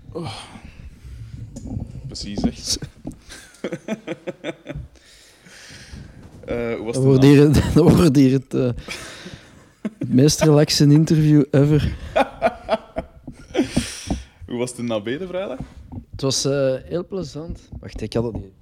Precies, echt. Hoe was Dat het wordt hier, dat wordt hier het meest relaxe interview ever. Hoe was het in AB de vrijdag? Het was heel plezant. Wacht, ik had het niet.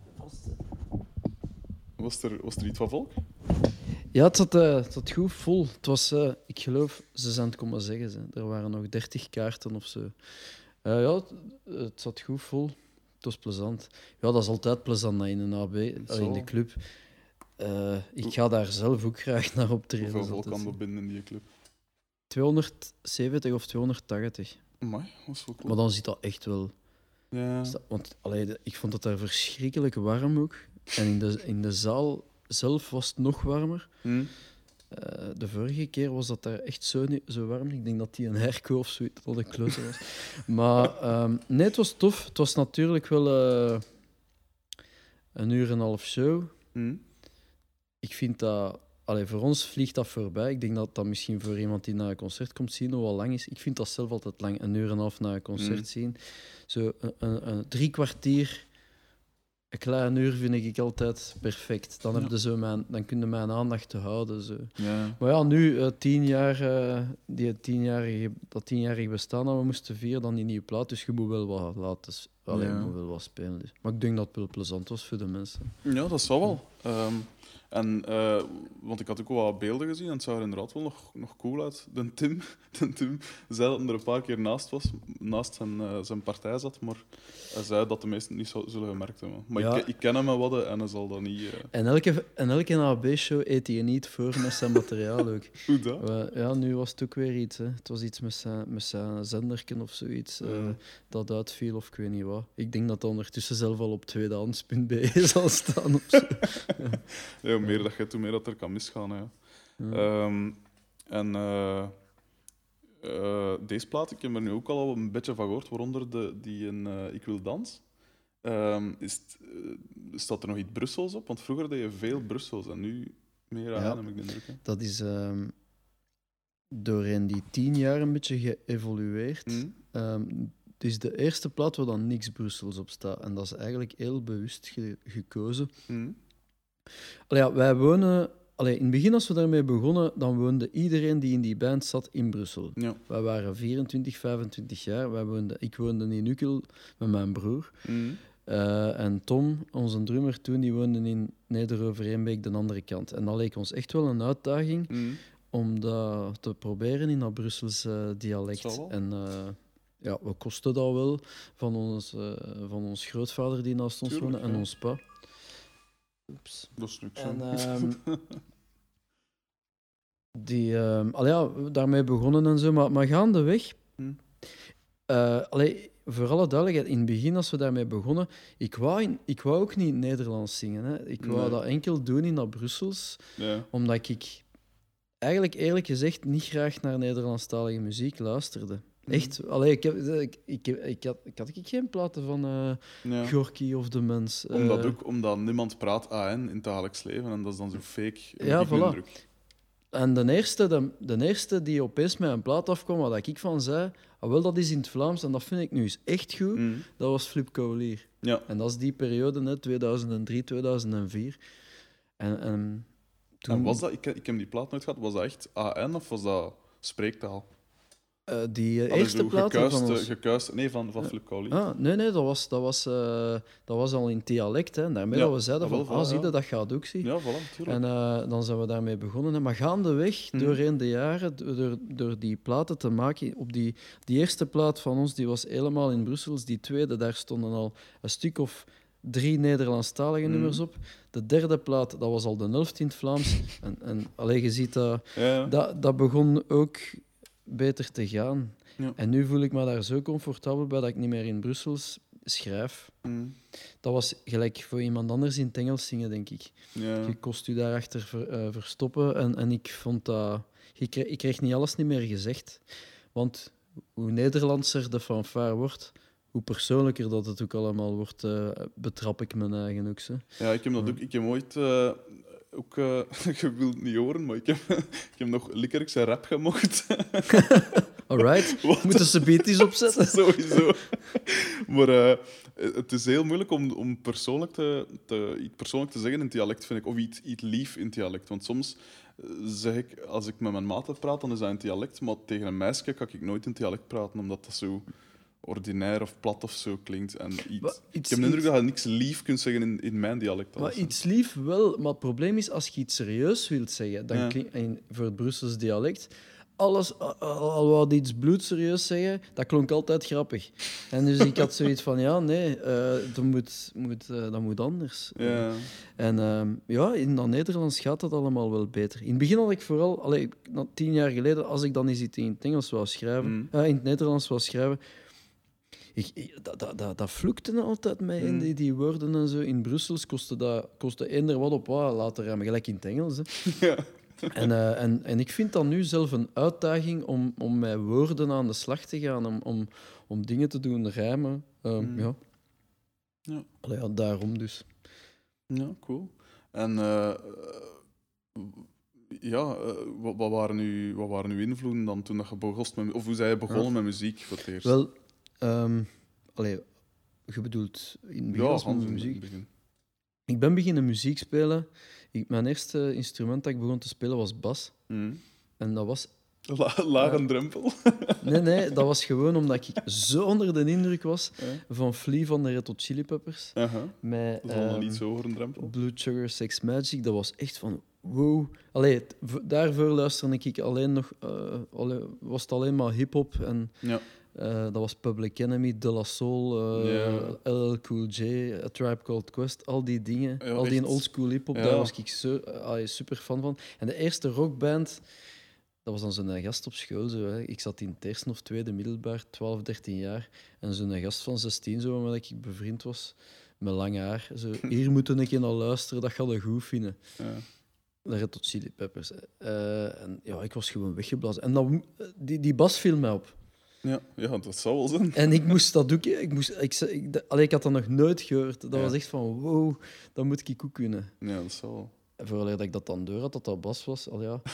Was er iets van volk? Ja, het zat goed vol. Het was, ik geloof, ze zijn het komen zeggen. Er waren nog 30 kaarten of zo. Ja, het zat goed vol. Het was plezant. Ja, dat is altijd plezant in een AB, in de club. Ik ga daar zelf ook graag naar optreden. Hoeveel volk kan er binnen in die club? 270 of 280. Amai, dat is wel cool. Maar dan zit dat echt wel... Ja. Want ik vond het daar verschrikkelijk warm ook. En in de zaal zelf was het nog warmer. De vorige keer was dat daar echt zo warm. Ik denk dat die een airco of zoiets al de klote was. Maar nee, het was tof. Het was natuurlijk wel 1,5 uur show. Ik vind dat... voor ons vliegt dat voorbij. Ik denk dat dat misschien voor iemand die naar een concert komt zien nog wel lang is. Ik vind dat zelf altijd lang, 1,5 uur naar een concert zien. Zo een 3 kwartier, een klein uur vind ik altijd perfect. Dan, dan kun je mijn aandacht te houden. Zo. Ja. Maar ja, nu 10 jaar, dat 10-jarige bestaan dat we moesten vieren, dan die nieuwe plaat. Dus je moet wel wat laten... je moet wel wat spelen. Dus. Maar ik denk dat het wel plezant was voor de mensen. Ja, dat zal wel. Want ik had ook wel wat beelden gezien en het zag er inderdaad wel nog cool uit. De Tim zei dat hij er een paar keer naast zijn partij zat, maar hij zei dat de meesten het niet zullen gemerkt hebben. Maar Ja. ik ken hem wel wat en hij zal dat niet... En elke AB-show eet hij niet voor met zijn materiaal ook. Hoe dat? Ja, nu was het ook weer iets. Hè. Het was iets met zijn zenderken of zoiets dat uitviel of ik weet niet wat. Ik denk dat dat ondertussen zelf al op tweedehands.be zal staan. Of zo. Ja, hoe meer dat je, hoe meer dat er kan misgaan. Hè. Ja. Deze plaat, ik heb er nu ook al een beetje van gehoord, waaronder die in Ik Wil Dans. Staat er nog iets Brussels op? Want vroeger deed je veel Brussels en nu meer aan, heb ik de indruk. Hè. Dat is doorheen die 10 jaar een beetje geëvolueerd. Het is de eerste plaat waar dan niks Brussels op staat. En dat is eigenlijk heel bewust gekozen. Wij wonen... in het begin, als we daarmee begonnen, dan woonde iedereen die in die band zat in Brussel. Ja. Wij waren 24, 25 jaar. Ik woonde in Ukkel met mijn broer. En Tom, onze drummer toen, die woonde in Neder-Overeenbeek, de andere kant. En dat leek ons echt wel een uitdaging om dat te proberen in dat Brussels dialect. En we kosten dat wel van ons grootvader die naast ons woonde en ons pa. Oeps. Dat is niks. Daarmee begonnen en zo, maar gaandeweg... voor alle duidelijkheid, in het begin, als we daarmee begonnen, ik wou ook niet Nederlands zingen. Hè. Ik wou dat enkel doen in dat Brussels, omdat ik eigenlijk eerlijk gezegd niet graag naar Nederlandstalige muziek luisterde. Echt, ik had geen platen van Gorky of De Mens. Omdat niemand praat AN in het dagelijks leven en dat is dan zo fake. Ja, voilà. En de eerste die opeens met een plaat afkwam, wat ik van zei, dat is in het Vlaams en dat vind ik nu eens echt goed, dat was Flip Cavalier. Ja. En dat is die periode, 2003, 2004. En toen... En was dat, ik heb die plaat nooit gehad, was dat echt AN of was dat spreektaal? Die eerste plaat van Flip Cavalier. Nee, dat was al in dialect. Hè. Daarmee dat we zeiden zie je, dat gaat ook zien. Ja, voilà, tuurlijk. En dan zijn we daarmee begonnen. Hè. Maar gaandeweg, doorheen de jaren, door die platen te maken... Op die eerste plaat van ons, die was helemaal in Brussels. Die tweede, daar stonden al een stuk of 3 Nederlandstalige nummers op. De derde plaat, dat was al de helft in het Vlaams. En je ziet dat begon ook... beter te gaan. Ja. En nu voel ik me daar zo comfortabel bij dat ik niet meer in Brussels schrijf. Dat was gelijk voor iemand anders in het Engels zingen, denk ik. Ja. Je kost je daarachter verstoppen. En ik vond dat... Ik kreeg niet alles niet meer gezegd. Want hoe Nederlandser de fanfare wordt, hoe persoonlijker dat het ook allemaal wordt, betrap ik mijn eigen ook. Zo. Ja, ik heb dat ook. Ik heb ooit... je wilt het niet horen, maar ik heb nog Likkerkse rap gemocht. Alright, moeten ze beetjes opzetten? Sowieso. Maar het is heel moeilijk om persoonlijk iets persoonlijk te zeggen in het dialect, vind ik. Of iets lief in het dialect. Want soms zeg ik, als ik met mijn maten praat, dan is dat in het dialect. Maar tegen een meisje kan ik nooit in het dialect praten, omdat dat zo ordinair of plat of zo klinkt. En ik heb de indruk dat je niks lief kunt zeggen in mijn dialect. Maar iets lief wel, maar het probleem is, als je iets serieus wilt zeggen, dan voor het Brussels dialect, al wou die iets bloedserieus zeggen, dat klonk altijd grappig. En dus ik had zoiets van, ja, nee, dat moet anders. Ja. En in dat Nederlands gaat dat allemaal wel beter. In het begin had ik vooral, 10 jaar geleden, als ik dan eens iets in het Engels wou schrijven, in het Nederlands wou schrijven, dat vloekte altijd mij in die woorden en zo. In Brussels kostte eender wat op laten remmen, gelijk in het Engels. Hè. Ja. En ik vind dat nu zelf een uitdaging om met woorden aan de slag te gaan, om dingen te doen rijmen. Ja. Daarom dus. Ja, cool. En wat waren uw invloeden dan toen dat je begon met... Of hoe zijn je begonnen met muziek voor het eerst? Wel, je bedoelt in het begin met muziek? Ik ben beginnen muziek spelen. Mijn eerste instrument dat ik begon te spelen was bas. En dat was... Lage drempel? Nee, dat was gewoon omdat ik zo onder de indruk was van Flea van de Red Hot Chili Peppers. Met dat is allemaal niet zo hoor, een drempel. Blood Sugar Sex Magic. Dat was echt van... Wow. Daarvoor luisterde ik alleen nog... was het alleen maar hip-hop en... Ja. Dat was Public Enemy, De La Soul, LL Cool J, A Tribe Called Quest, al die dingen. Ja, al die echt. oldschool hip-hop, daar was ik super fan van. En de eerste rockband, dat was dan zo'n gast op school. Zo, hè. Ik zat in het eerste of tweede middelbaar, 12, 13 jaar. En zo'n gast van 16, zo, waarmee ik bevriend was, met lang haar. Zo, hier moeten een keer naar luisteren, dat gaat je goed vinden. Ja. De Red Hot Chili Peppers. En ik was gewoon weggeblazen. En dan, die bas viel mij op. Ja, dat zou wel zijn. En ik moest dat ook... Ik had dat nog nooit gehoord. Dat was echt van, wow, dat moet ik ook kunnen. Ja, dat zou wel. Vooral dat ik dat dan door had, dat bas was.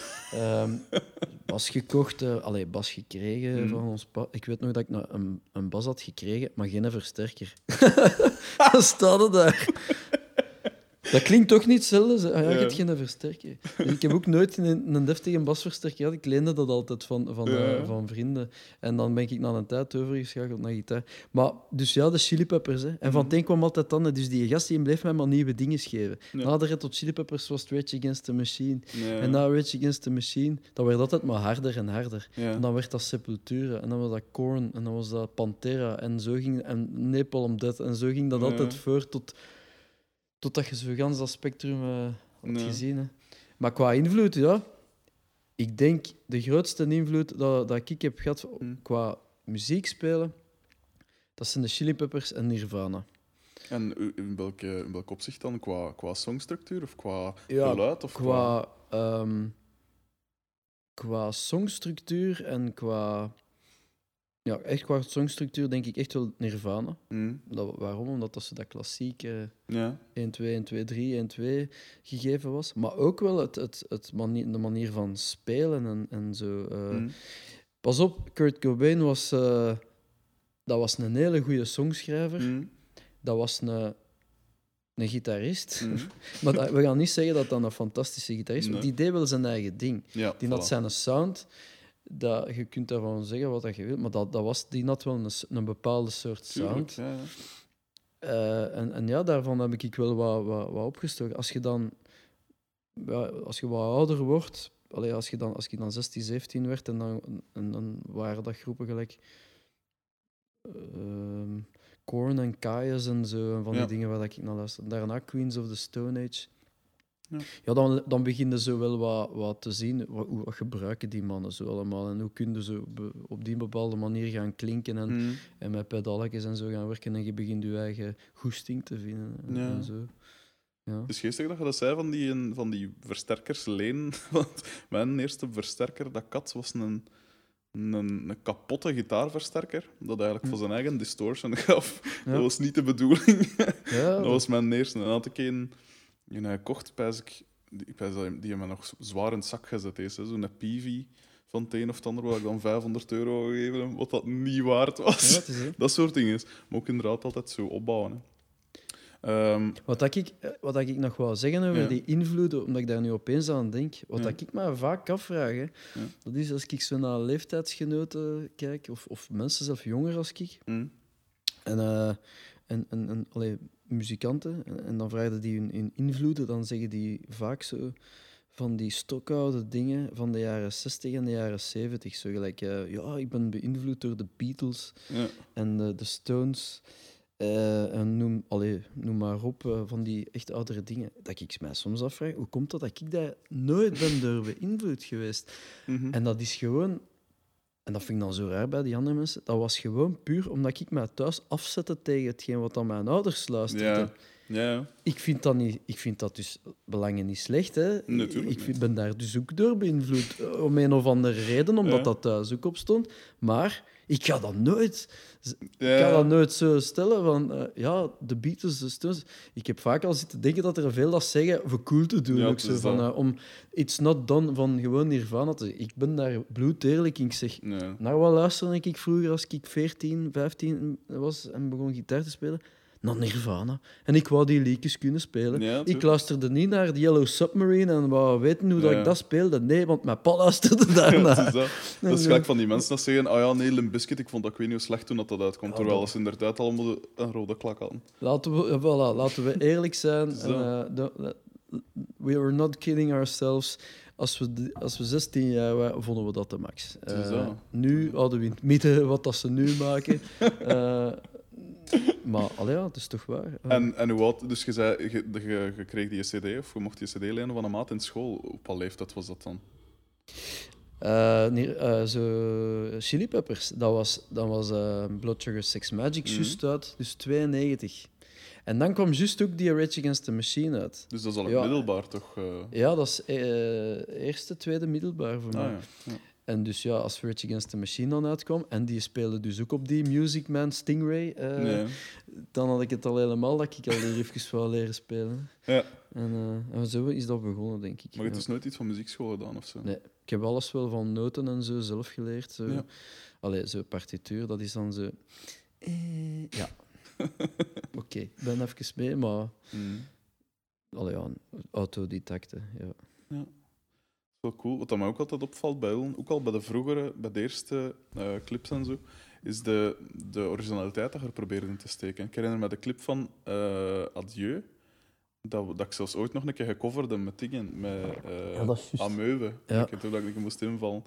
Bas gekocht, bas gekregen van ons pa. Ik weet nog dat ik een bas had gekregen, maar geen versterker. Dan staat het daar. Dat klinkt toch niet hetzelfde? Je hebt geen versterker. Ik heb ook nooit een deftige basversterker gehad. Ik leende dat altijd van vrienden. En dan ben ik na een tijd overgeschakeld naar gitaar. Maar, dus de Chili Peppers. Hè. En van het een kwam altijd het ander. Dus die gast die bleef mij maar nieuwe dingen geven. Na de Red Hot Chili Peppers was het Rage Against the Machine. En na Rage Against the Machine, dat werd altijd maar harder en harder. En dan werd dat Sepultura. En dan was dat Korn. En dan was dat Pantera. En zo ging... En Napalm Death. En zo ging dat altijd voort totdat je zo gans dat spectrum had gezien. Hè. Maar qua invloed, ik denk de grootste invloed dat ik heb gehad qua muziek spelen, dat zijn de Chili Peppers en Nirvana. En in welk opzicht dan? Qua songstructuur of qua geluid? Of qua songstructuur en qua... Ja, echt qua songstructuur denk ik echt wel Nirvana. Waarom? Omdat dat ze dat klassieke 1, 2, 1, 2, 3, 1, 2 gegeven was. Maar ook wel de manier van spelen en zo. Pas op, Kurt Cobain was... dat was een hele goede songschrijver. Dat was een gitarist. Maar we gaan niet zeggen dat dat een fantastische gitarist was. Die deed wel zijn eigen ding. Die had zijn sound... je kunt daarvan zeggen wat je wilt, maar die had wel een bepaalde soort sound. Tuurlijk, daarvan heb ik wel wat opgestoken. Als je wat ouder wordt, als je dan 16, 17 werd, en dan waren dat groepen gelijk Korn en Kaius en zo, en van die dingen waar ik naar luister. Daarna Queens of the Stone Age. Dan begin je zo wel wat te zien. Wat gebruiken die mannen zo allemaal? En hoe kun je zo op die bepaalde manier gaan klinken en met pedalletjes en zo gaan werken. En je begint je eigen goesting te vinden. En zo. Ja. Het is geestig dat je dat zei van die versterkers lenen. Want mijn eerste versterker dat ik had, was een kapotte gitaarversterker. Dat eigenlijk voor zijn eigen distortion gaf. Dat was niet de bedoeling. Dat was mijn eerste. En dan had ik een gekocht, die hebben me nog zwaar in het zak gezet. Zo'n Peavey van het een of het ander waar ik dan €500 gegeven, wat dat niet waard was. Ja, het is, hè. Dat soort dingen. Maar ook inderdaad altijd zo opbouwen. Hè. Wat ik nog wou zeggen over Ja. die invloeden, omdat ik daar nu opeens aan denk, wat Ja. ik me vaak afvraag, hè, dat is als ik zo naar leeftijdsgenoten kijk, of mensen zelf jonger als ik, Mm. en allee, muzikanten, en dan vragen die hun invloeden, dan zeggen die vaak zo van die stokoude dingen van de jaren 60 en de jaren 70. Zo gelijk, ja, ik ben beïnvloed door de Beatles Ja. en de Stones. En noem maar op, van die echt oudere dingen. Dat ik mij soms afvraag, hoe komt dat ik daar nooit ben door beïnvloed geweest? Mhm. En dat is gewoon... En dat vind ik dan zo raar bij die andere mensen. Dat was gewoon puur omdat ik mij thuis afzette tegen hetgeen wat dan mijn ouders luisterden. Ja. Ik vind dat dus belangen niet slecht. Hè. Natuurlijk Ben daar dus ook door beïnvloed. Om een of andere reden, omdat Ja. dat thuis ook op stond. Maar ik ga dat nooit... Ja. Ik ga dat nooit zo stellen van... ja, de Beatles, de Stones... Ik heb vaak al zitten denken dat er veel dat zeggen voor cool te doen. Ja, ook het zo, is van, dat. om It's Not Done van gewoon Nirvana te zeggen. Ik ben daar bloedeerlijk in. Ik zeg... Ja. Naar wat luisterde ik vroeger als ik 14, 15 was en begon gitaar te spelen? Naar Nirvana. En ik wou die liedjes kunnen spelen. Ja, Ik tuurlijk. luisterde niet naar The Yellow Submarine en wou weten hoe dat Ja. ik dat speelde. Nee, want mijn pa luisterde Ja, daarna. het is dat. Dat is gelijk van die mensen dat zeggen, ah ja, nee, Limp Bizkit, ik vond dat ik weet niet hoe slecht toen dat uitkomt, Ja, terwijl dat- ze inderdaad allemaal een rode klak hadden. Laten we eerlijk zijn. Zo. We are not kidding ourselves. Als we 16 jaar waren, vonden we dat de max. is dat. Nu houden we in het midden wat dat ze nu maken. Maar allee, ja, het is toch waar. En hoe oud, dus je kreeg die CD, of je mocht die CD lenen van een maat in school. Op wat leeftijd was dat dan? Zo Chili Peppers, dat was Blood Sugar Sex Magic juist uit, dus 92. En dan kwam juist ook die Rage Against the Machine uit. Dus dat is al Ja. middelbaar, toch? Ja, dat is eerste, tweede middelbaar voor mij. Ah, ja. En dus ja, als Rage Against the Machine dan uitkwam, en die speelde dus ook op die Music Man Stingray, Nee. dan had ik het al helemaal dat ik al die riffjes wou leren spelen. Ja. En zo is dat begonnen, denk ik. Maar je hebt dus nooit iets van muziekschool gedaan of zo? Nee, ik heb alles wel van noten en zo zelf geleerd. Zo. Ja. Allee, zo partituur, dat is dan zo... ja. Oké, ik ben even mee, maar... Mm. Allee, ja, autodidacte, ja. Wel cool. Wat dat mij ook altijd opvalt bij hun, ook al bij de vroegere, bij de eerste clips en zo, is de originaliteit dat je er probeerde in te steken. Ik herinner me de clip van Adieu, dat ik zelfs ooit nog een keer gecoverde met dingen, met Ja, dat is juist. Ameuve, Ja. toen dat ik moest invallen.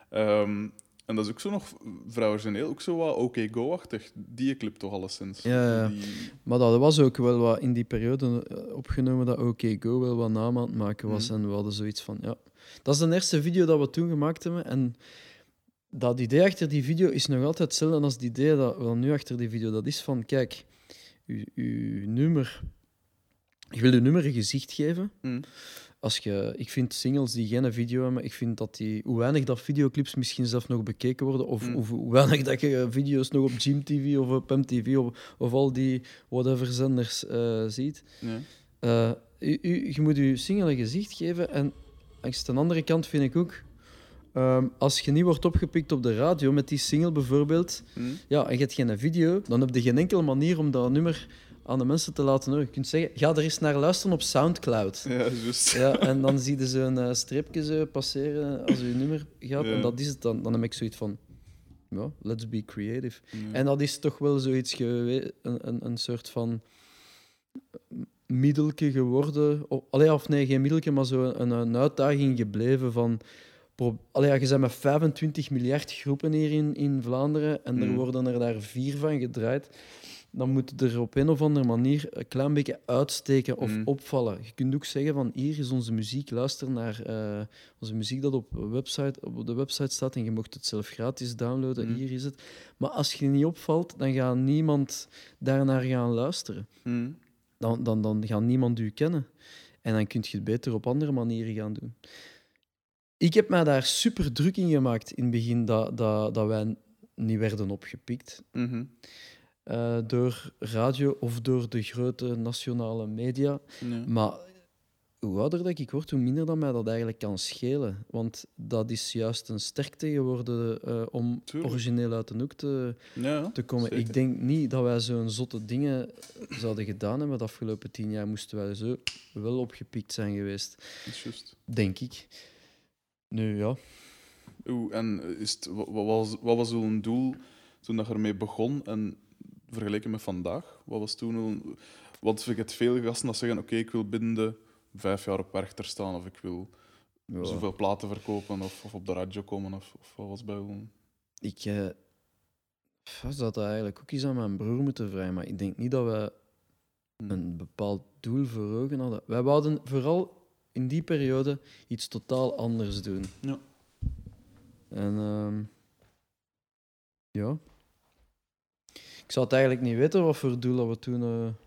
En dat is ook zo nog vrij origineel, ook zo wat OK Go-achtig, die clip toch alleszins. Ja. Maar dat was ook wel wat in die periode opgenomen dat OK Go wel wat naam aan het maken was. En we hadden zoiets van, ja... Dat is de eerste video dat we toen gemaakt hebben. En dat idee achter die video is nog altijd hetzelfde als het idee dat we nu achter die video... Dat is van, kijk, uw nummer... Je wil je nummer een gezicht geven. Mm. Ik vind singles die geen video hebben, ik vind dat hoe weinig dat videoclips misschien zelf nog bekeken worden, of hoe weinig dat je video's nog op Gym TV of op MTV of al die whatever zenders ziet. Ja. Je moet je single een gezicht geven. En langs de andere kant vind ik ook, als je niet wordt opgepikt op de radio met die single bijvoorbeeld, ja, en je hebt geen video, dan heb je geen enkele manier om dat nummer aan de mensen te laten horen. Je kunt zeggen, ga er eens naar luisteren op Soundcloud. Ja, juist. Ja, en dan zie je zo'n streepje zo passeren als je nummer gaat. Ja. En dat is het dan. Dan heb ik zoiets van, ja, let's be creative. Ja. En dat is toch wel zoiets een soort van middeltje geworden. Of nee, geen middeltje, maar zo een uitdaging gebleven van... ja, je bent met 25 miljard groepen hier in Vlaanderen en er worden er daar 4 van gedraaid. Dan moet je er op een of andere manier een klein beetje uitsteken of opvallen. Je kunt ook zeggen van hier is onze muziek, luister naar onze muziek dat op de website staat en je mocht het zelf gratis downloaden, hier is het. Maar als je niet opvalt, dan gaat niemand daarnaar gaan luisteren. Dan gaat niemand u kennen. En dan kun je het beter op andere manieren gaan doen. Ik heb mij daar super druk in gemaakt in het begin dat wij niet werden opgepikt. Door radio of door de grote nationale media. Ja. Maar hoe ouder dat ik word, hoe minder dat mij dat eigenlijk kan schelen. Want dat is juist een sterkte geworden om Tuurlijk. origineel uit de hoek te komen. zeker. Ik denk niet dat wij zo'n zotte dingen zouden gedaan hebben. De afgelopen 10 jaar moesten wij zo wel opgepikt zijn geweest. Dat is juist. Denk ik. Nu, ja. En wat was uw doel toen dat je ermee begon en vergeleken met vandaag? Wat was toen? Want ik heb veel gasten dat zeggen: oké, ik wil binnen de 5 jaar op Werchter staan, of ik wil zoveel platen verkopen, of op de radio komen, of wat was bij u? Ik zou dat eigenlijk ook eens aan mijn broer moeten vragen, maar ik denk niet dat we een bepaald doel voor ogen hadden. Wij wouden vooral in die periode iets totaal anders doen. Ja. En ja. Ik zou het eigenlijk niet weten wat voor doel dat we toen...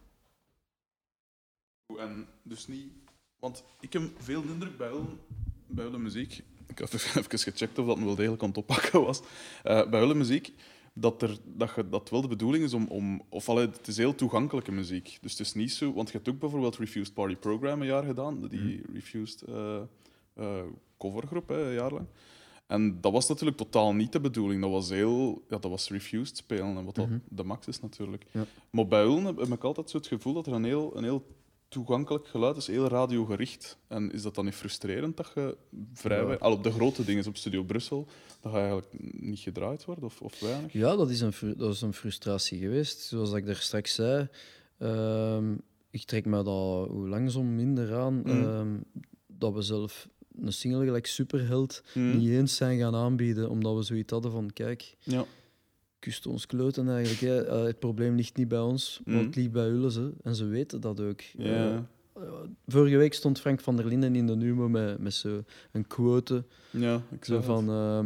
En dus niet... Want ik heb veel indruk bij hun muziek. Ik had even gecheckt of dat wel degelijk aan het oppakken was. Bij hun muziek, dat wel de bedoeling is om het is heel toegankelijke muziek. Dus het is niet zo... Want je hebt ook bijvoorbeeld Refused Party Program een jaar gedaan. Die Refused covergroep, een jaar lang. En dat was natuurlijk totaal niet de bedoeling. Dat was Refused spelen, en wat dat de max is natuurlijk. Ja. Maar bij hun heb ik altijd zo het gevoel dat er een heel toegankelijk geluid is, heel radiogericht. En is dat dan niet frustrerend dat je vrijwel... Al op de grote dingen, op Studio Brussel, dat je eigenlijk niet gedraaid wordt, of weinig? Ja, dat is een frustratie geweest. Zoals ik daar straks zei, ik trek me dat hoe langzaam minder aan dat we zelf een single gelijk Superheld niet eens zijn gaan aanbieden, omdat we zoiets hadden van, kijk, kust ons kloten eigenlijk. Hè. Het probleem ligt niet bij ons, maar het ligt bij jullie. Hè. En ze weten dat ook. Vorige week stond Frank van der Linden in de Numo met zo een quote. Ja, ik zo van...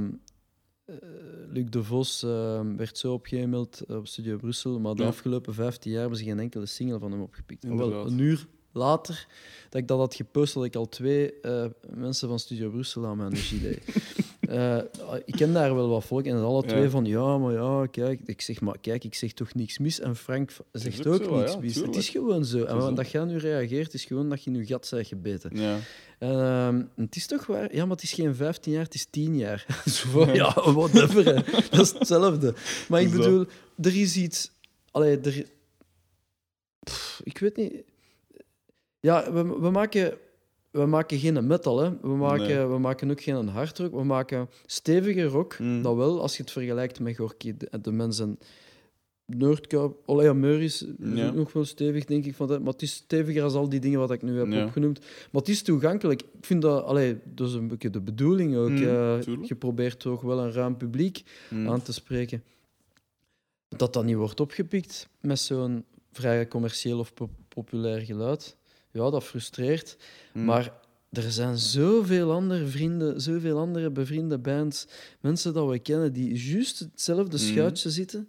Luc de Vos werd zo opgehemeld op Studio Brussel, maar de afgelopen 15 jaar hebben ze geen enkele single van hem opgepikt. Wel, een uur later dat ik dat had gepost, had ik al 2 mensen van Studio Brussel aan mijn gilet. Ik ken daar wel wat volk en alle 2 van kijk. Ik zeg toch niks mis. En Frank zegt ook zo, niks mis. Het is gewoon zo. En dat jij nu reageert, is gewoon dat je in je gat bent gebeten. Ja. Het is toch waar? Ja, maar het is geen 15 jaar, het is 10 jaar. Whatever. Hè. Dat is hetzelfde. Maar ik bedoel, er is iets... ik weet niet... Ja, we maken geen metal, hè. We maken ook geen hardrock. We maken stevige rock. Dat wel, als je het vergelijkt met Gorky. De mensen... Noordkuip, Meur is nog wel stevig, denk ik. Maar het is steviger dan al die dingen wat ik nu heb opgenoemd. Maar het is toegankelijk. Ik vind dat... dat is een beetje de bedoeling ook. Je probeert toch wel een ruim publiek aan te spreken. Dat niet wordt opgepikt met zo'n vrij commercieel of populair geluid. Ja, dat frustreert. Maar er zijn zoveel andere vrienden, zoveel andere bevriende bands, mensen dat we kennen, die juist hetzelfde schuitje zitten.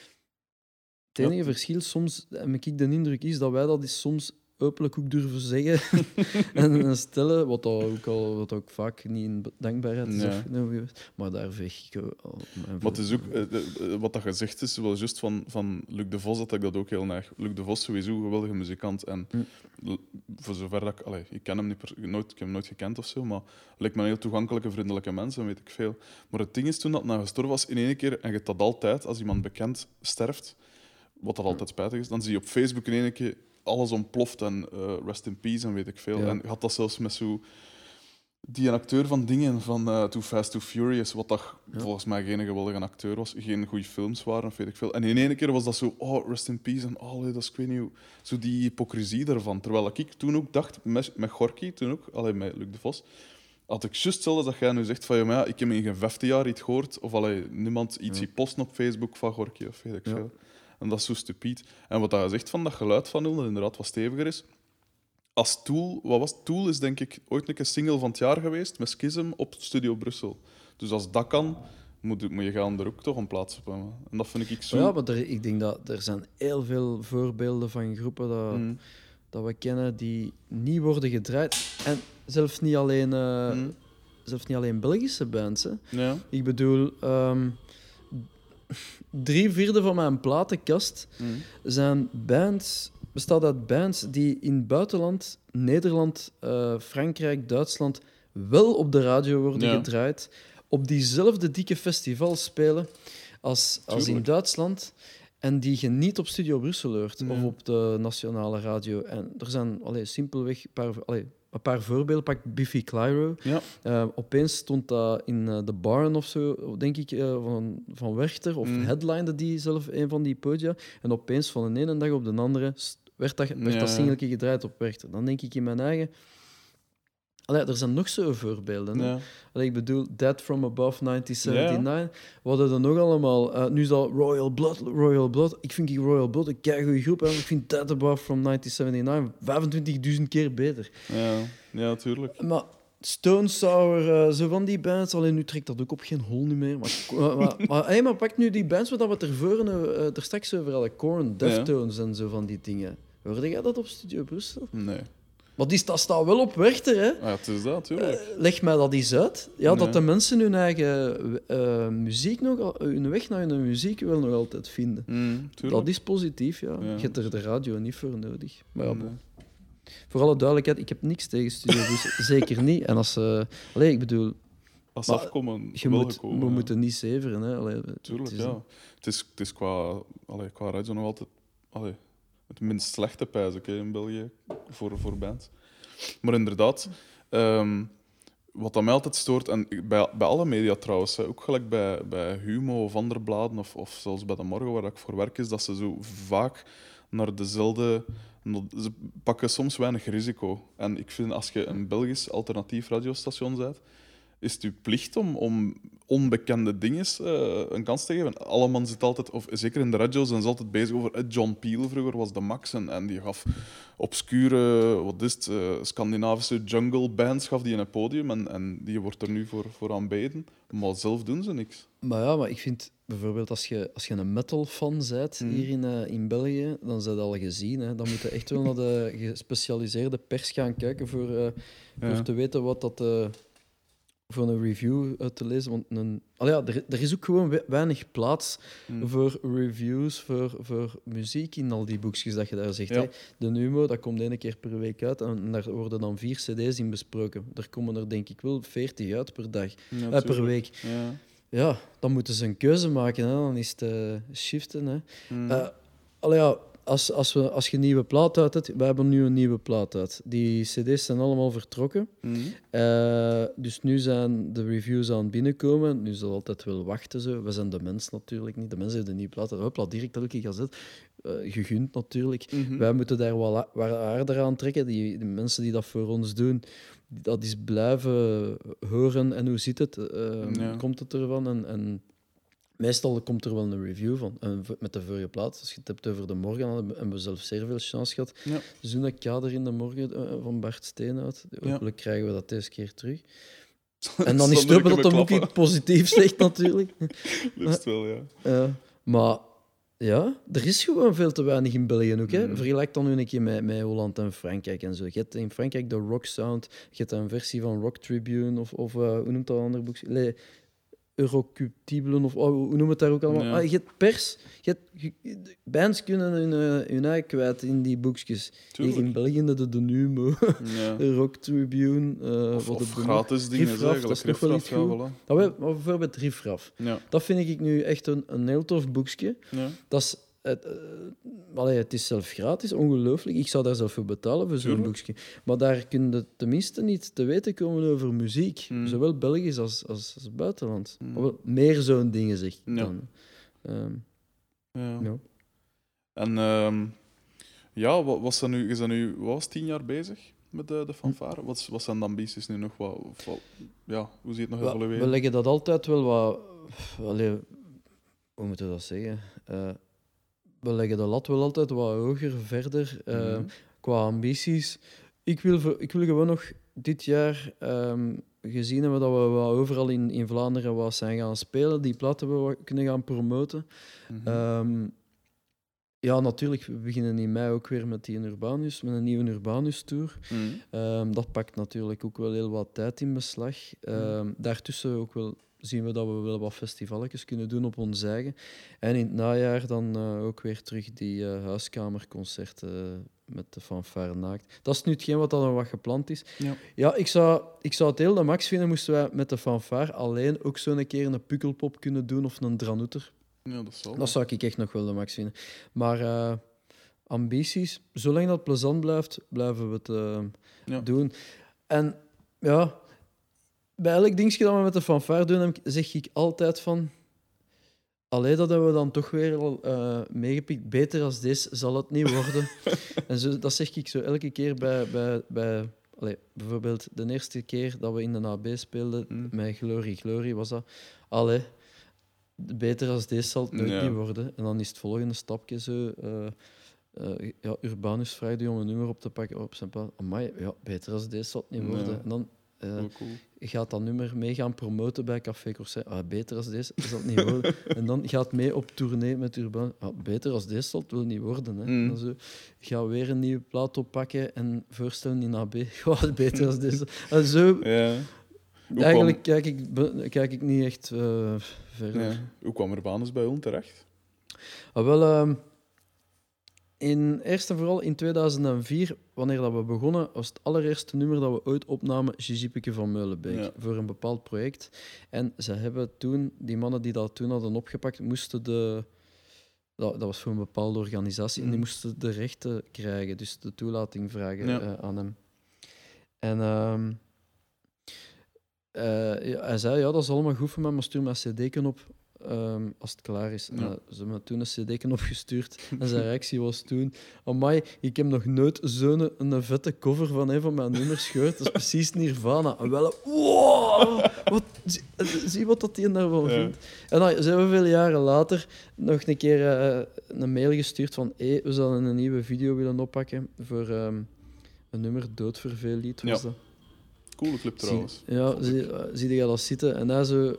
Het enige verschil, soms heb ik de indruk, is dat wij dat is soms openlijk ook durven zeggen en stellen, wat ook vaak niet in dankbaarheid is. Maar daar veeg ik al. Maar het is ook, wat dat gezegd is, wel juist van Luc de Vos, dat ik dat ook heel neig. Luc de Vos, sowieso een geweldige muzikant. En voor zover dat ik ken hem ik heb hem nooit gekend of zo, maar lijkt me een heel toegankelijke, vriendelijke mens, en weet ik veel. Maar het ding is, toen dat na gestorven was, in één keer, en je hebt dat altijd, als iemand bekend sterft, wat dat altijd spijtig is, dan zie je op Facebook in één keer alles ontploft en rest in peace en weet ik veel. En had dat zelfs met zo... Die acteur van dingen, van Too Fast, Too Furious, wat dat volgens mij geen geweldige acteur was, geen goede films waren, of weet ik veel. En in één keer was dat zo, rest in peace, en dat is, ik weet niet hoe... Zo die hypocrisie daarvan. Terwijl ik toen ook dacht, met Gorky, toen ook, met Luc de Vos, had ik juist hetzelfde dat jij nu zegt van, ik heb in geen 15 jaar iets gehoord, of niemand iets posten op Facebook van Gorky, of weet ik veel. En dat is zo stupid. En wat je zegt van dat geluid van hun, dat inderdaad wat steviger is. Als Tool, wat was Tool? Is denk ik ooit een single van het jaar geweest met Schism op Studio Brussel. Dus als dat kan, moet je gaan er ook toch een plaats op hebben. En dat vind ik zo... Ja, maar ik denk dat er zijn heel veel voorbeelden van groepen dat we kennen die niet worden gedraaid. En zelfs niet alleen Belgische bands. Hè. Ja. Ik bedoel... 3/4 van mijn platenkast zijn bands bestaat uit bands die in het buitenland, Nederland, Frankrijk, Duitsland, wel op de radio worden gedraaid, op diezelfde dikke festivals spelen als in Duitsland, en die je niet op Studio Brussel hoort of op de nationale radio. En er zijn simpelweg een paar voorbeelden. Pak Biffy Clyro. Ja. Opeens stond dat in de Barn of zo, denk ik, van Werchter. Of headlinde die zelf een van die podia. En opeens van de ene dag op de andere werd dat singeltje gedraaid op Werchter. Dan denk ik in mijn eigen... er zijn nog zo'n voorbeelden. Hè? Ja. Ik bedoel, Dead from Above 1979. We hadden er nog allemaal. Nu is dat Royal Blood. Ik vind die Royal Blood een keigoede groep. En ik vind Dead Above from 1979 25.000 keer beter. Ja, tuurlijk. Maar Stone Sour, zo van die bands. Alleen nu trekt dat ook op geen hol niet meer. Maar pak nu die bands waar we het er straks over hadden. Korn, Deftones en zo van die dingen. Hoorde jij dat op Studio Brussel? Nee. Maar dat staat wel op Werchter, hè? Ja, het is dat, tuurlijk. Leg mij dat eens uit. Ja, dat de mensen hun eigen muziek hun weg naar hun muziek wel nog altijd vinden. Dat is positief, ja. Je hebt er de radio niet voor nodig. Maar ja, voor alle duidelijkheid, ik heb niks tegen Studio Brussel. Zeker niet. En als ik bedoel... Als ze afkomen, we moeten niet zeveren, hè. Tuurlijk, ja. Het is qua radio nog altijd... het minst slechte pijs in België voor bands. Maar inderdaad, wat dat mij altijd stoort, en bij alle media trouwens, ook gelijk bij Humo of andere bladen, of zelfs bij De Morgen, waar ik voor werk, is dat ze zo vaak naar dezelfde... Ze pakken soms weinig risico. En ik vind, als je een Belgisch alternatief radiostation bent, is het je plicht om onbekende dingen een kans te geven. Alleman zit altijd, of zeker in de radio, zijn ze altijd bezig over... John Peel vroeger was de max en die gaf obscure, Scandinavische jungle bands gaf die een podium en die wordt er nu voor aanbeden. Maar zelf doen ze niks. Maar ik vind bijvoorbeeld als je een metal-fan bent hier in België, dan zijn dat al gezien. Hè. Dan moet je echt wel naar de gespecialiseerde pers gaan kijken voor te weten wat dat... voor een review uit te lezen. Want er is ook gewoon weinig plaats voor reviews, voor muziek in al die boekjes dat je daar zegt. Ja. Hè. De Numo, dat komt 1 keer per week uit en daar worden dan 4 cd's in besproken. Daar komen er denk ik wel 40 uit per dag, per week. Ja, dan moeten ze een keuze maken. Hè. Dan is het shiften. Hè. Als je een nieuwe plaat uit hebt... We hebben nu een nieuwe plaat uit. Die cd's zijn allemaal vertrokken. Dus nu zijn de reviews aan het binnenkomen. Nu zal altijd wel wachten. Zo. We zijn de mens natuurlijk niet. De mensen hebben de nieuwe plaat uit. Hopla, direct elke gazet. Gegund natuurlijk. Wij moeten daar wat harder aan trekken. Die mensen die dat voor ons doen... Dat is blijven horen. En hoe zit het? Komt het ervan? En meestal komt er wel een review van. En met de vorige plaat, als je het hebt over De Morgen, hebben we zelf zeer veel chance gehad. Ja. Dus doen dat kader in De Morgen van Bart Steenhout. Hopelijk krijgen we dat deze keer terug. En dan is het hopen dat hem ook iets positiefs zegt, natuurlijk. Liefst wel, ja. Maar ja, er is gewoon veel te weinig in België ook. Hè. Vergelijk dan nu een keer met Holland en Frankrijk en zo. Je hebt in Frankrijk de Rock Sound, je hebt een versie van Rock Tribune, of hoe noemt dat andere boek? Eurocuptibelen, of hoe noem het daar ook allemaal? Ja. Je hebt pers, bands kunnen hun eigen kwijt in die boekjes. Hier in België de Numo, de Rock Tribune. Of gratis dingen, Riffraff, dat is nog wel iets goed. Maar bijvoorbeeld Riffraff. Ja. Dat vind ik nu echt een heel tof boekje. Ja. Dat is... Het is zelf gratis, ongelooflijk. Ik zou daar zelf voor betalen, voor zo'n boekje. Maar daar kun je tenminste niet te weten komen over muziek. Zowel Belgisch als buitenland. Wel, meer zo'n dingen, zeg ik dan. Ja. En wat was dat nu? Je bent nu 10 jaar bezig met de fanfare. Wat zijn de ambities nu nog? Hoe zie je het nog evolueren? We leggen dat altijd wel wat... hoe moeten we dat zeggen? We leggen de lat wel altijd wat hoger, verder, qua ambities. Ik wil gewoon nog dit jaar, gezien hebben dat we overal in Vlaanderen wat zijn gaan spelen, die platen we kunnen gaan promoten. Natuurlijk, we beginnen in mei ook weer met met een nieuwe Urbanus-tour. Dat pakt natuurlijk ook wel heel wat tijd in beslag. Daartussen ook wel zien we dat we wel wat festivalletjes kunnen doen op ons eigen. En in het najaar dan ook weer terug die huiskamerconcerten met de fanfare naakt. Dat is nu hetgeen wat dan nog wat gepland is. Ja. Ja, ik zou het heel de max vinden moesten wij met de fanfare alleen ook zo'n keer een pukkelpop kunnen doen of een dranoeter. Ja, dat zal. Dat zou ik echt nog wel de max vinden. Maar ambities, zolang dat plezant blijft, blijven we het doen. En ja, bij elk dingetje dat we met de fanfare doen, zeg ik altijd van... Allee, dat hebben we dan toch weer al meegepikt. Beter als deze zal het niet worden. En zo, dat zeg ik zo elke keer bij allee, bijvoorbeeld de eerste keer dat we in de AB speelden, met Glory Glory, was dat... Allee, beter als deze zal het nooit niet worden. En dan is het volgende stapje zo... Urbanus vraagt je om een nummer op te pakken op zijn plaat. Amai, ja, beter als deze zal het niet worden. En dan cool. gaat dat nummer mee gaan promoten bij Café Corset. Beter als deze zal het niet worden. En dan gaat mee op tournee met Urbanus. Beter als deze zal het wel niet worden. Hè. En dan zo, ga weer een nieuwe plaat oppakken en voorstellen in AB. Beter als deze. En zo... Ja. Eigenlijk kijk ik niet echt verder. Ja. Hoe kwam Urbanus bij ons terecht? Eerst en vooral in 2004, wanneer dat we begonnen, was het allereerste nummer dat we ooit opnamen Gizippeke van Meulenbeek voor een bepaald project. En ze hebben toen, die mannen die dat toen hadden opgepakt, moesten dat was voor een bepaalde organisatie, en die moesten de rechten krijgen, dus de toelating vragen aan hem. En hij zei, dat is allemaal goed voor mij, maar stuur mijn cd'ken op als het klaar is. Ze hebben me toen een cd'ken opgestuurd en zijn reactie was toen... Amai, ik heb nog nooit zo'n een vette cover van een van mijn nummers gehoord. Dat is precies Nirvana. En wel, wow! Zie wat dat hij daarvan vindt. En dan zijn we veel jaren later nog een keer een mail gestuurd van we zouden een nieuwe video willen oppakken voor een nummer, Doodverveellied was dat. Coole clip trouwens. Zie je dat zitten? En hij zo...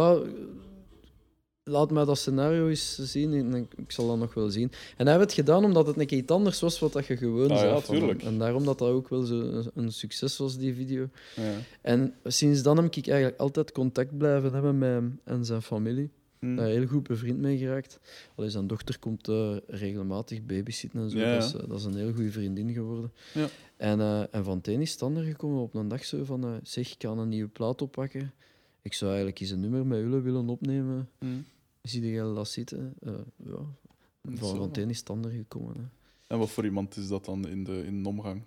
Laat mij dat scenario eens zien en ik zal dat nog wel zien. En hij heeft het gedaan omdat het een keer iets anders was wat je gewoon zei. Tuurlijk. En daarom dat ook wel zo een succes was, die video. Ja. En sinds dan heb ik eigenlijk altijd contact blijven hebben met hem en zijn familie. Daar heel goed bevriend mee geraakt. Allee, zijn dochter komt regelmatig babysitten en zo. Dat is een heel goede vriendin geworden. Ja. En van het een is het ander gekomen op een dag zo van... zeg, ik kan een nieuwe plaat oppakken. Ik zou eigenlijk eens een nummer met jullie willen opnemen. Zie je dat zitten? Van het een is het ander gekomen. Hè. En wat voor iemand is dat dan in de omgang?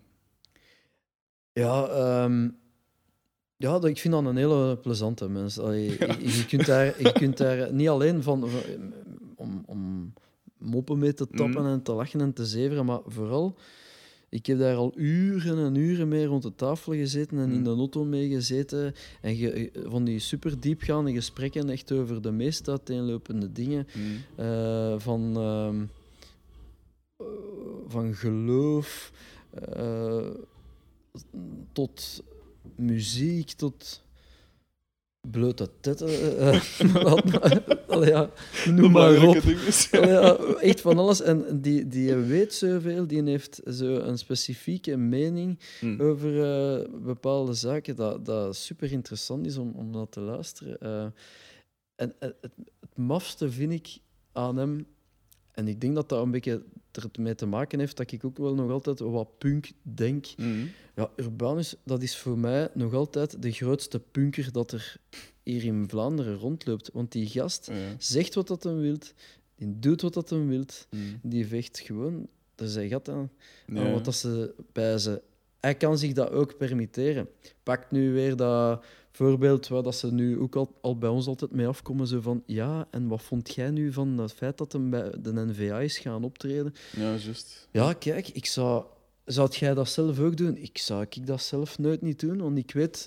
Ik vind dat een hele plezante mens. Allee, je kunt daar niet alleen om moppen mee te tappen en te lachen en te zeveren, maar vooral... Ik heb daar al uren en uren mee rond de tafel gezeten en in de auto mee gezeten. En van die super diepgaande gesprekken echt over de meest uiteenlopende dingen. Van geloof tot muziek, tot blote tetten. Noem maar op. Echt van alles. En die weet zoveel, die heeft zo een specifieke mening over bepaalde zaken, dat super interessant is om naar te luisteren. En het mafste vind ik aan hem, en ik denk dat dat een beetje ermee te maken heeft dat ik ook wel nog altijd wat punk denk. Urbanus, dat is voor mij nog altijd de grootste punker dat er hier in Vlaanderen rondloopt. Want die gast zegt wat dat hem wilt, die doet wat dat hem wilt, die vecht gewoon er zijn gat aan wat dat ze bij ze. Hij kan zich dat ook permitteren. Pakt nu weer dat voorbeeld waar dat ze nu ook al bij ons altijd mee afkomen, zo van en wat vond jij nu van het feit dat hem bij de NVA is gaan optreden? Ja, juist. Ja, kijk, zou jij dat zelf ook doen? Zou dat zelf nooit niet doen, want ik weet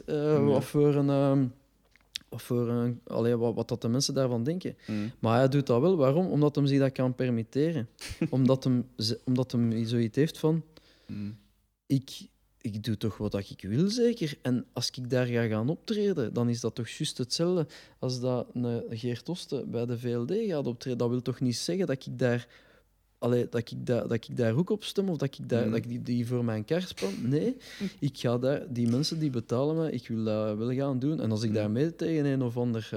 wat dat de mensen daarvan denken. Maar hij doet dat wel. Waarom? Omdat hij zich dat kan permitteren. Omdat hem zoiets heeft van... Ik doe toch wat ik wil, zeker. En als ik daar ga gaan optreden, dan is dat toch juist hetzelfde als dat Geert Oste bij de VLD gaat optreden. Dat wil toch niet zeggen dat ik daar dat ik daar ook op stem of dat ik die voor mijn kar span. Nee, ik ga daar, die mensen die betalen me, ik wil dat wel gaan doen. En als ik daarmee tegen een of ander,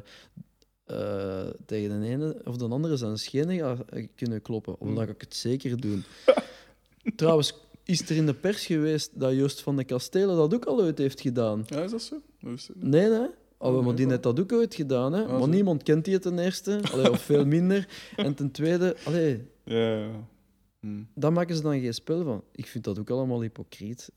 tegen de ene of de andere zijn schenen ga kunnen kloppen, dan ga ik het zeker doen. Trouwens, is er in de pers geweest dat Joost van de Kastelen dat ook al ooit heeft gedaan? Ja, is dat zo? Nee. Maar die heeft dat ook ooit gedaan, hè? Maar niemand kent die ten eerste, of veel minder. En ten tweede, ja. daar maken ze dan geen spel van. Ik vind dat ook allemaal hypocriet.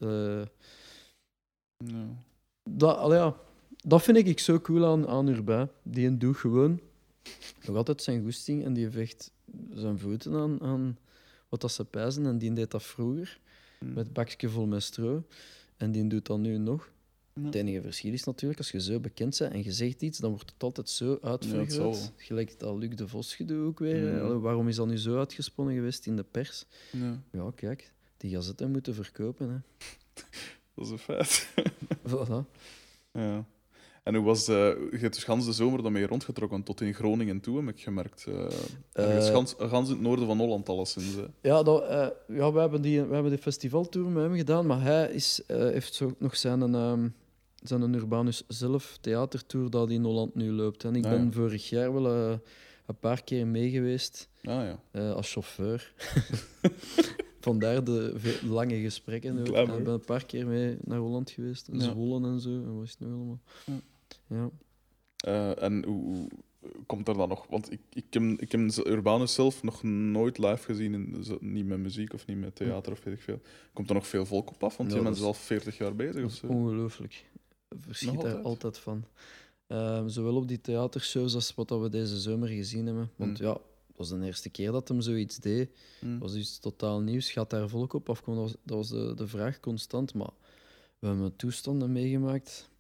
Dat vind ik zo cool aan Urbain. Die doet gewoon nog altijd zijn goesting en die vecht zijn voeten aan wat dat ze pijzen. En die deed dat vroeger met een bakje vol met stro. En die doet dat nu nog. Het enige verschil is natuurlijk, als je zo bekend bent en je zegt iets, dan wordt het altijd zo uitvergroot. Gelijk dat Luc de Vos gedoe ook weer. Waarom is dat nu zo uitgesponnen geweest in de pers? Ja, kijk, die gazetten moeten verkopen. Hè. Dat is een feit. Voilà. Ja. En hoe was je hebt dus gans de zomer daarmee rondgetrokken tot in Groningen toe, heb ik gemerkt. Gans in het noorden van Holland alleszins. Ja, we hebben die festivaltour met hem gedaan, maar hij heeft zo nog zijn Urbanus zelf theatertour dat in Holland nu loopt. En ik ben vorig jaar wel een paar keer mee geweest als chauffeur. Vandaar de lange gesprekken. Ik ben een paar keer mee naar Holland geweest, Zwolle en zo. En wat is het nog allemaal? Ja. En hoe komt er dan nog? Want ik heb Urbanus zelf nog nooit live gezien, niet met muziek of niet met theater of weet ik veel. Komt er nog veel volk op af? Want je bent al 40 jaar bezig of zo. Ongelooflijk. Ik verschiet daar altijd van. Zowel op die theatershows als wat we deze zomer gezien hebben. Want het was de eerste keer dat hem zoiets deed. Het was iets totaal nieuws. Gaat daar volk op afkomen? Dat was de vraag constant. Maar we hebben toestanden meegemaakt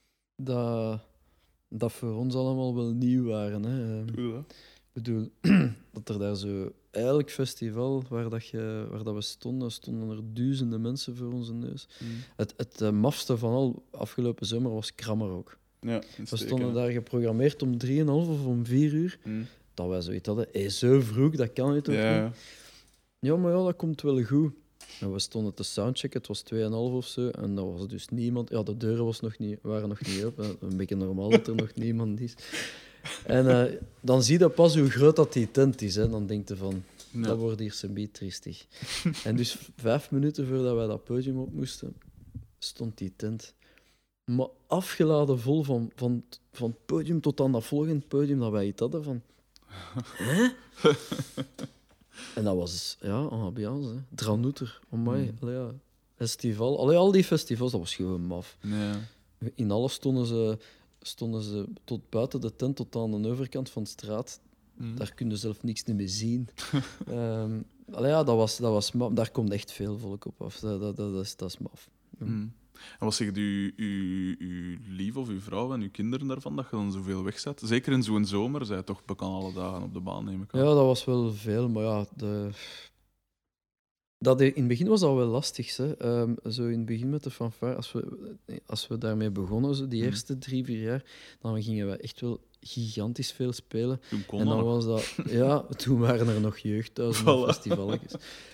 dat voor ons allemaal wel nieuw waren. Hè. Ik bedoel, dat er daar zo... Elk festival waar dat we stonden er duizenden mensen voor onze neus. Het mafste van al afgelopen zomer was Krammerhoek. Ja, we stonden daar geprogrammeerd om 3,5 of om 4 uur. Dat wij zoiets hadden. Zo vroeg, dat kan je toch niet? Ja, maar dat komt wel goed. En we stonden te soundchecken, het was 2,5 of zo. En dat was dus niemand. Ja, de deuren waren nog niet open. Een beetje normaal dat er nog niemand is. En dan zie je pas hoe groot dat die tent is. Hè. Dan denk je van, dat wordt hier zo'n triestig. En dus 5 minuten voordat wij dat podium op moesten, stond die tent. Maar afgeladen vol van het podium tot aan dat volgende podium dat wij iets hadden van... Hè? En dat was, ambiance. Dranouter, amai. Festival. Al die festivals, dat was gewoon maf. Ja. In alles stonden ze tot buiten de tent, tot aan de overkant van de straat. Daar kun je zelf niks meer zien. Dat was maf. Daar komt echt veel volk op af. Dat is maf. En wat zegt uw lief of uw vrouw en uw kinderen daarvan, dat je dan zoveel wegzet? Zeker in zo'n zomer, zij toch bekend alle dagen op de baan, neem ik aan. Ja, dat was wel veel, maar in het begin was dat wel lastig. Hè. Zo in het begin met de fanfare, als we daarmee begonnen, zo die eerste 3-4 jaar, dan gingen we echt wel gigantisch veel spelen. Toen kon en dan was dat... Ja, toen waren er nog jeugdhuizen en festivalletjes.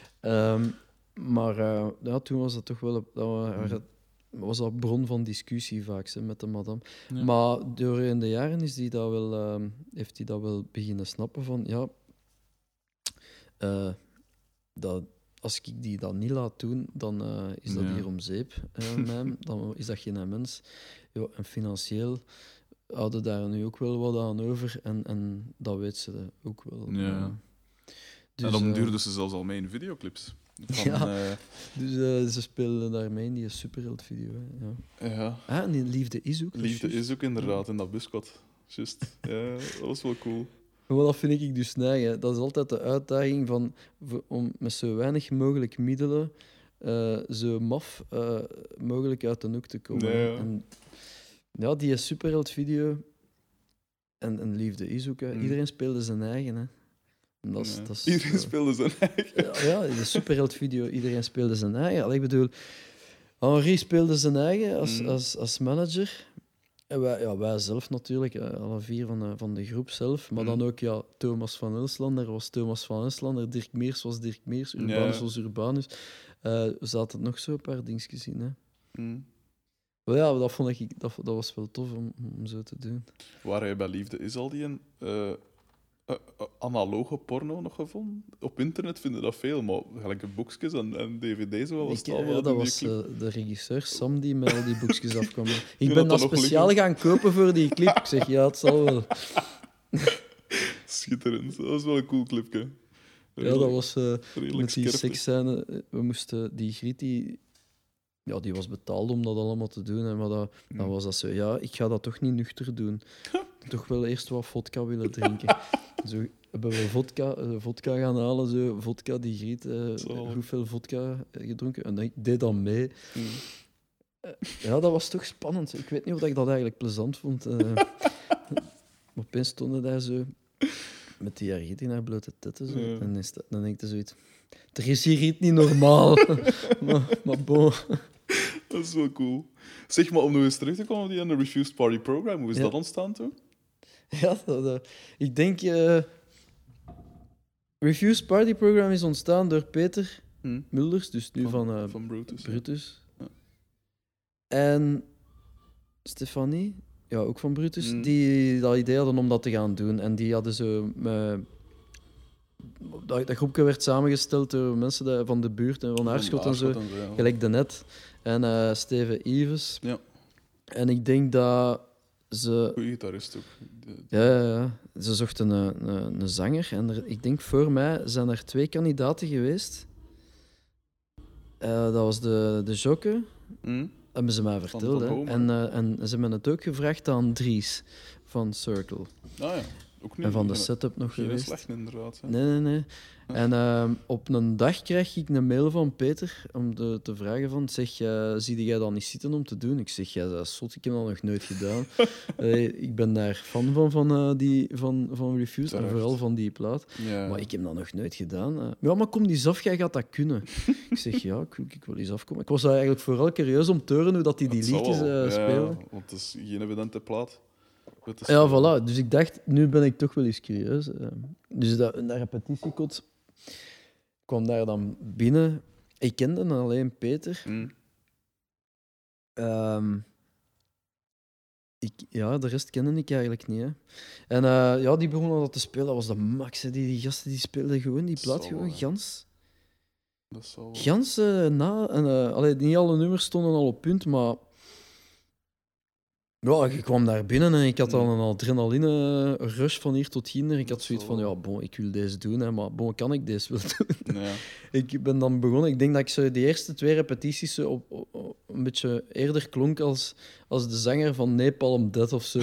Maar toen was dat toch wel... was dat bron van discussie vaak met de madame. Ja. Maar doorheen de jaren heeft hij dat wel beginnen snappen van... als ik die dat niet laat doen, dan is dat hier om zeep. Dan is dat geen mens. Ja, en financieel houden daar nu ook wel wat aan over. En dat weet ze ook wel. Ja. Dus, en dan duurde ze zelfs al mee in videoclips. Dus ze spelen daarmee in die superheld-video. Ja. En die Liefde is ook. Liefde is ook inderdaad, in dat buskot. Just. Ja, dat was wel cool. Maar dat vind ik dus neig. Dat is altijd de uitdaging om met zo weinig mogelijk middelen zo maf mogelijk uit de hoek te komen. En, die superheld-video en Liefde is ook. Iedereen speelde zijn eigen. Hè. Iedereen speelde zijn eigen. Ja, de superheld-video, iedereen speelde zijn eigen. Ik bedoel, Henri speelde zijn eigen als manager. En wij zelf natuurlijk, alle vier van de groep zelf. Maar dan ook Thomas van Elslander was Thomas van Elslander, Dirk Meers was Dirk Meers, Urbanus was Urbanus. We zaten nog zo een paar dingetjes in. Hè. Maar ja, dat vond ik, dat was wel tof om zo te doen. Waar hij bij Liefde is al die analoge porno nog gevonden? Op internet vinden dat veel, maar gelijke boekjes en dvd's was het allemaal. Dat was de regisseur Sam die met al die boekjes afkwam. Ik dat ben dat nog speciaal liggen. gaan kopen voor die clip. Ik zeg, ja, het zal wel. Schitterend. Dat was wel een cool clipje. Ja, dat was redelijk met die scherp, hè. seksscène. We moesten die Griet, die was betaald om dat allemaal te doen. Hè, maar dat was dat zo. Ja, ik ga dat toch niet nuchter doen. Toch wel eerst wat vodka willen drinken. Zo hebben we vodka gaan halen. Zo. Vodka, die Griet, hoeveel vodka gedronken. En ik deed dan mee. Ja, dat was toch spannend. Ik weet niet of ik dat eigenlijk plezant vond. Maar opeens stonden daar zo met die Griet in haar blote tetten. Zo. Ja. En dan denk je zoiets... Er is hier iets niet normaal. maar bon. Dat is wel cool. Zeg maar, om nog eens terug te komen op die Refused Party Program, hoe is dat ontstaan toen? Ja, ik denk... Refused Party Program is ontstaan door Peter Mulders, dus nu van Brutus. Ja. En Stefanie, ja, ook van Brutus, die dat idee hadden om dat te gaan doen. En die hadden zo... dat groepje werd samengesteld door mensen van de buurt en van Aarschot en zo. Ja. Gelijk de Net en Steven Ives. Ja. En ik denk dat ze... Goeie gitarist ook. Ja. Ze zochten een zanger. En ik denk voor mij zijn er 2 kandidaten geweest. Dat was de Jokke, hebben ze mij verteld. Van En ze hebben het ook gevraagd aan Dries van Circle. Ah ja, ook niet. En van de setup nog Geen geweest. slecht, inderdaad. Hè. Nee. En op een dag krijg ik een mail van Peter om te vragen van... Zeg, zie jij dat niet zitten om te doen? Ik zeg, ja, dat is zot, ik heb dat nog nooit gedaan. Ik ben daar fan van Refused en vooral van die plaat. Ja. Maar ik heb dat nog nooit gedaan. Ja, maar kom eens af, jij gaat dat kunnen. Ik zeg, ja, ik wil eens afkomen. Ik was eigenlijk vooral curieus om te horen hoe dat die liedjes spelen. Ja, want het is geen evidente plaat. Ja, voilà. Dus ik dacht, nu ben ik toch wel eens curieus. Dus dat repetitiekot kwam daar dan binnen. Ik kende alleen Peter. De rest kende ik eigenlijk niet. Hè. En die begonnen dat te spelen. Dat was de max. Hè. Die gasten die speelden gewoon die plaat gewoon gans. Dat zal wel. Gans na. En, niet alle nummers stonden al op punt, maar... Ja, ik kwam daar binnen en ik had al een adrenaline rush van hier tot hier. Ik had zoiets van, ja, bon, ik wil deze doen, hè, maar bon, kan ik deze wel doen? Ja. Ik ben dan begonnen, ik denk dat ik zo die eerste 2 repetities zo op een beetje eerder klonk als de zanger van Napalm Death of zo.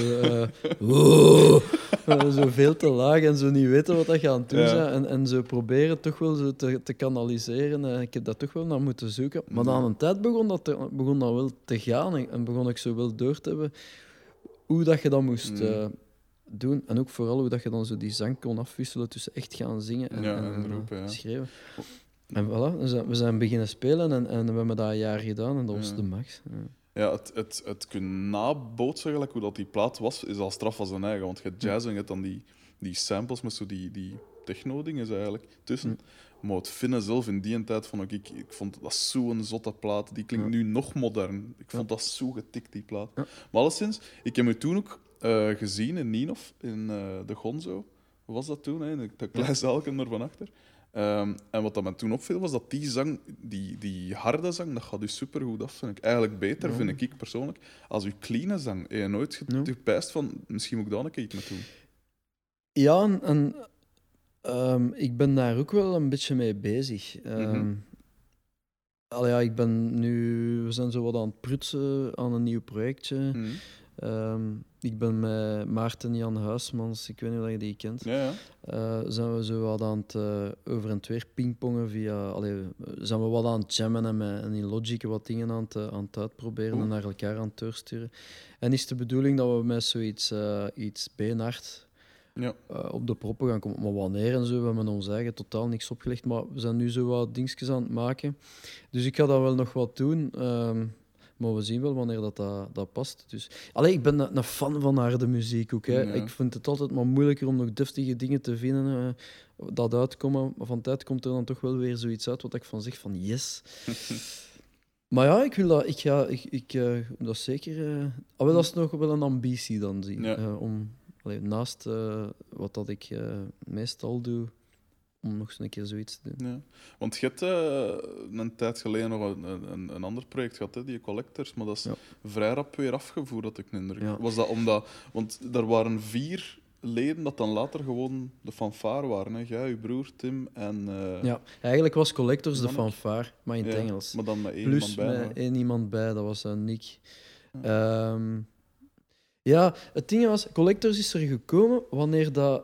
Zo veel te laag en zo niet weten wat dat je aan het doen zijn. En zo proberen toch wel zo te kanaliseren. Ik heb dat toch wel naar moeten zoeken. Maar na een tijd begon dat wel te gaan en begon ik zo wel door te hebben hoe dat je dat moest doen. En ook vooral hoe dat je dan zo die zang kon afwisselen tussen echt gaan zingen en roepen, schreeuwen. En voilà, we zijn beginnen spelen en we hebben dat een jaar gedaan en dat was de max. Ja, het kunnen nabootsen, gelijk hoe dat die plaat was, is al straf als een eigen. Want je hebt jazz en je hebt dan die samples met zo die techno-dingen eigenlijk tussen. Maar het vinden zelf in die tijd vond ik vond dat zo'n zotte plaat. Die klinkt nu nog modern. Ik vond dat zo getikt, die plaat. Ja. Maar alleszins, ik heb me toen ook gezien in Nienhof, in de Gonzo. Wat was dat toen? Hè? Dat klein zaalje er van achter. En wat dat me toen opviel, was dat die zang, die harde zang, dat gaat u supergoed af, vind ik. Eigenlijk beter, vind ik persoonlijk, als uw clean zang. Heb je nooit gepijst van, misschien moet ik daar een keer iets mee doen? Ja, en ik ben daar ook wel een beetje mee bezig. Ik ben nu... We zijn zo wat aan het prutsen aan een nieuw projectje. Ik ben met Maarten Jan Huismans, ik weet niet of je die kent. Ja. Zijn we zo wat aan het over en weer pingpongen zijn we wat aan het jammen en in Logic wat dingen aan het uitproberen en naar elkaar aan het doorsturen. En is de bedoeling dat we met zoiets iets beenhard op de proppen gaan komen. Maar wanneer en zo, we hebben ons eigen totaal niks opgelegd, maar we zijn nu zo wat dingetjes aan het maken. Dus ik ga dat wel nog wat doen. Maar we zien wel wanneer dat past. Dus. Allee, ik ben een fan van harde muziek ook. Hè. Ja. Ik vind het altijd maar moeilijker om nog deftige dingen te vinden dat uitkomen. Maar van tijd komt er dan toch wel weer zoiets uit wat ik van zeg van yes. Maar ja, ik wil dat. Dat is zeker. Dat is nog wel een ambitie dan zien. Ja. Om naast wat dat ik meestal doe, om nog eens een keer zoiets te doen. Ja. Want je hebt een tijd geleden nog een ander project gehad, hè, die Collectors, maar dat is vrij rap weer afgevoerd, had ik een indruk. Ja. Was dat omdat... Want er waren 4 leden dat dan later gewoon de fanfare waren. Hè? Jij, je broer, Tim en... Ja, eigenlijk was Collectors de Jannik? fanfare, maar in het Ja, Engels. maar dan met 1 Plus iemand bij. met 1 iemand bij, dat was Nick. Ja, het ding was, Collectors is er gekomen wanneer dat...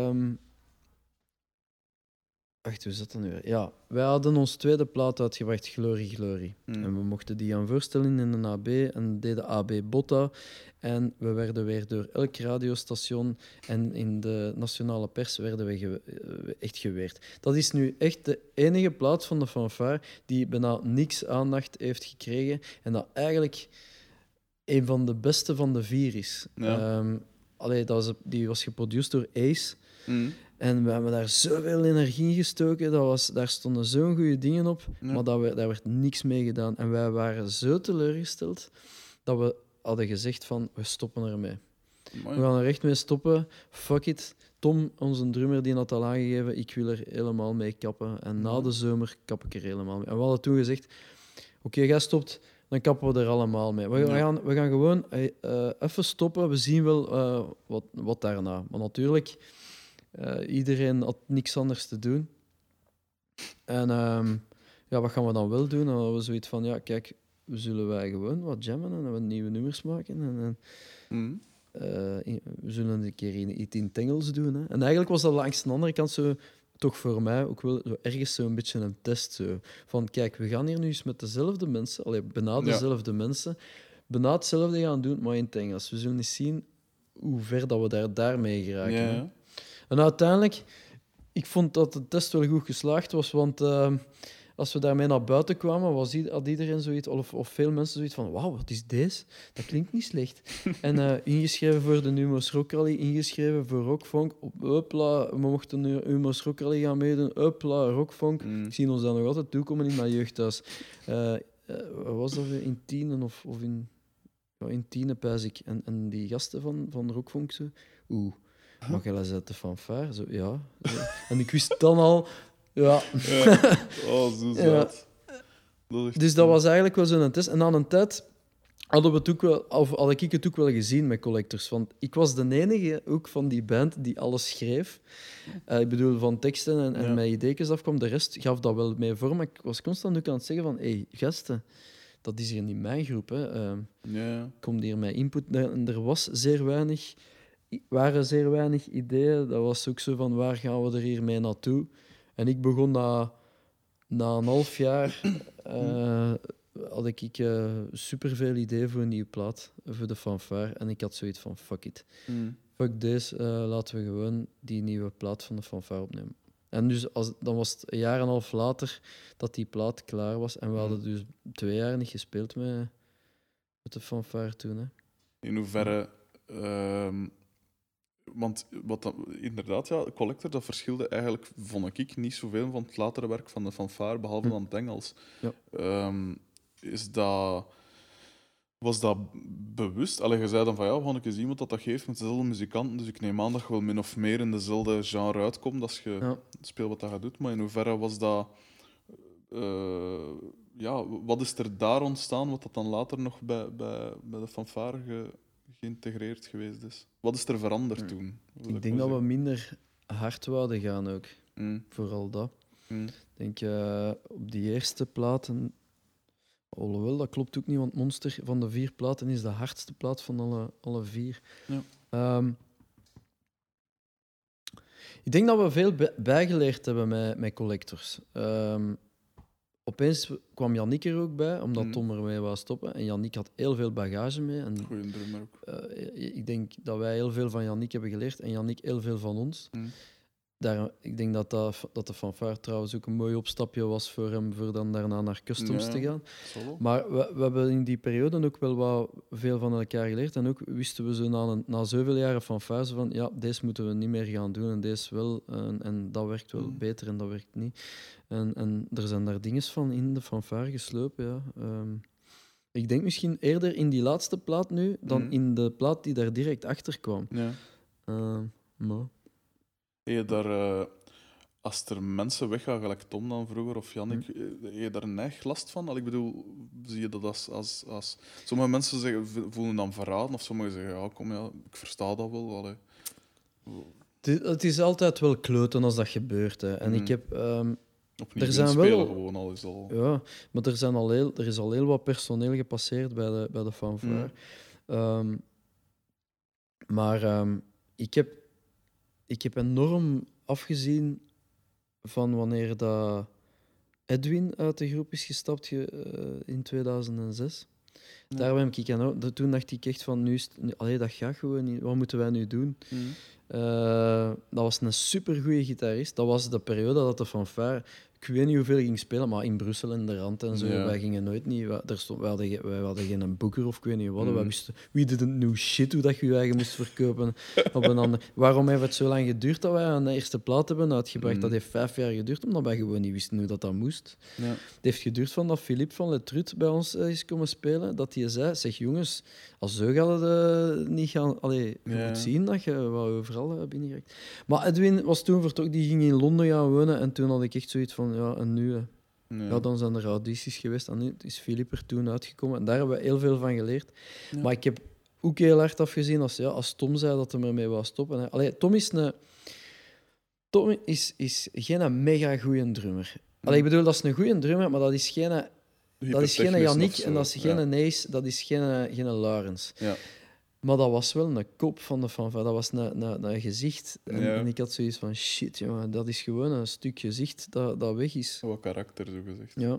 Wacht, hoe zat dat nu weer? Ja, wij hadden ons tweede plaat uitgebracht, Glory Glory. En we mochten die gaan voorstellen in een AB en deden AB Botta. En we werden weer door elk radiostation en in de nationale pers werden we echt geweerd. Dat is nu echt de enige plaat van de fanfare die bijna niks aandacht heeft gekregen en dat eigenlijk een van de beste van de 4 is. Ja. Die was geproduceerd door Ace. Mm. En we hebben daar zoveel energie in gestoken. Daar stonden zo'n goede dingen op, Ja. maar daar werd niks mee gedaan. En wij waren zo teleurgesteld dat we hadden gezegd van, we stoppen ermee. Mooi. We gaan er echt mee stoppen. Fuck it. Tom, onze drummer, die had al aangegeven, ik wil er helemaal mee kappen. En na de zomer kap ik er helemaal mee. En we hadden toen gezegd, oké, jij stopt, dan kappen we er allemaal mee. We gaan gewoon even stoppen. We zien wel wat daarna. Maar natuurlijk... iedereen had niks anders te doen. En wat gaan we dan wel doen? Dan hadden we zoiets van, ja, kijk, zullen wij gewoon wat jammen en wat nieuwe nummers maken. We zullen een keer iets in het Engels doen. Hè. En eigenlijk was dat langs de andere kant zo, toch voor mij ook wel zo ergens zo'n beetje een test. Zo. Van, kijk, we gaan hier nu eens met dezelfde mensen, bijna dezelfde mensen, bijna hetzelfde gaan doen, maar in het Engels. We zullen eens zien hoe ver dat we daarmee geraken. Ja. Hè. En uiteindelijk, ik vond dat de test wel goed geslaagd was, want als we daarmee naar buiten kwamen, had iedereen zoiets, of veel mensen zoiets van, wauw, wat is deze? Dat klinkt niet slecht. En ingeschreven voor de Numo's Rock Rally, ingeschreven voor Rockfunk. Hopla, we mochten nu Numo's Rock Rally gaan meedoen. Hopla, Rockfunk. Ik zie ons dan nog altijd toekomen in mijn jeugdhuis. Was dat in Tienen of in... Ja, in Tienen, pijs ik. En die gasten van Rockfunk, zo... Maar jij zet de fanfare? Zo, ja. Zo. En ik wist dan al... Ja. Oh, zo zat. Ja. Dus dat was eigenlijk wel zo'n test. En na een tijd had ik het ook wel gezien met Collectors. Want ik was de enige ook van die band die alles schreef. Ik bedoel, van teksten en met ideeën afkwam. De rest gaf dat wel mee vorm. Maar ik was constant ook aan het zeggen van... Hé, gasten, dat is hier niet mijn groep. Hè. Kom hier met input. En er waren zeer weinig ideeën. Dat was ook zo van, waar gaan we er hier mee naartoe? En ik begon na een half jaar... had ik superveel ideeën voor een nieuwe plaat, voor de fanfare. En ik had zoiets van, fuck it. Fuck deze, laten we gewoon die nieuwe plaat van de fanfare opnemen. En dus dan was het een jaar en een half later dat die plaat klaar was. En we hadden dus 2 jaar niet gespeeld met de fanfare toen. Hè. In hoeverre... want inderdaad, Collector, dat verschilde eigenlijk, vond ik, niet zoveel van het latere werk van de fanfare, behalve dan het Engels. Ja. Was dat bewust? Allee, je zei dan van, we gaan eens iemand dat geeft met dezelfde muzikanten, dus ik neem aan dat je wel min of meer in dezelfde genre uitkomt als je speelt wat dat je doet. Maar in hoeverre was dat... wat is er daar ontstaan, wat dat dan later nog bij de fanfare geïntegreerd geweest is? Wat is er veranderd toen? Ik denk dat we minder hard wouden gaan ook. Vooral dat. Ik denk op die eerste platen... Alhoewel, dat klopt ook niet, want Monster van de 4 platen is de hardste plaat van alle 4. Ja. Ik denk dat we veel bijgeleerd hebben met Collectors. Opeens kwam Yannick er ook bij, omdat Tom ermee wou stoppen. En Yannick had heel veel bagage mee. Goeie drummer ook. Ik denk dat wij heel veel van Yannick hebben geleerd en Yannick heel veel van ons. Ik denk dat de fanfare trouwens ook een mooi opstapje was voor hem, voor dan daarna naar customs te gaan. Solo. Maar we hebben in die periode ook wel wat veel van elkaar geleerd. En ook wisten we zo na zoveel jaren fanfare zo van, ja, deze moeten we niet meer gaan doen en deze wel. En dat werkt wel beter en dat werkt niet. En er zijn daar dingen van in de fanfare geslopen, ja. Ik denk misschien eerder in die laatste plaat nu dan in de plaat die daar direct achter kwam. Ja. Maar... Als er mensen weggaan, gelijk Tom dan vroeger of Jannik, heb je daar een eigen last van? Allee, ik bedoel, zie je dat als... Sommige mensen voelen dan verraden, of sommigen zeggen, ja, kom, ja, ik versta dat wel. Allee. Het is altijd wel kloten als dat gebeurt. Hè. En ik heb... Opnieuw spelen gewoon al is al... Ja, maar er is al heel wat personeel gepasseerd bij de fanfare. Maar ik heb enorm afgezien van wanneer dat Edwin uit de groep is gestapt in 2006. Ja. Daar heb ik toen dacht ik echt van, dat gaat gewoon niet. Wat moeten wij nu doen? Dat was een supergoeie gitarist. Dat was de periode dat de fanfare... Ik weet niet hoeveel ging spelen, maar in Brussel en de Rand en zo. Ja. Wij gingen nooit niet... Wij hadden geen boeker of ik weet niet wat. Wij wisten... We didn't know shit hoe dat je je eigen moest verkopen op een ander. Waarom heeft het zo lang geduurd dat wij een eerste plaat hebben uitgebracht? Dat heeft 5 jaar geduurd, omdat wij gewoon niet wisten hoe dat moest. Ja. Het heeft geduurd van dat Philippe van Letrut bij ons is komen spelen, dat hij zei, zeg jongens, als zo gaat het niet gaan... Allee, je moet zien dat je wat overal binnenraakt. Maar Edwin was toen vertrokken, die ging in Londen gaan wonen en toen had ik echt zoiets van, ja, en nu... Ja, dan zijn er audities geweest en nu is Philippe er toen uitgekomen en daar hebben we heel veel van geleerd. Ja. Maar ik heb ook heel hard afgezien als Tom zei dat hij ermee wou stoppen. Hè. Allee, Tom is geen mega goede drummer. Allee, ik bedoel, dat is een goede drummer, maar dat is geen Yannick en dat is geen Nees, dat is geen Laurens. Ja. Maar dat was wel een kop van de fanfare, dat was een gezicht. En ik had zoiets van, shit, jongen, dat is gewoon een stuk gezicht dat weg is. Wat karakter, zo gezegd. Ja.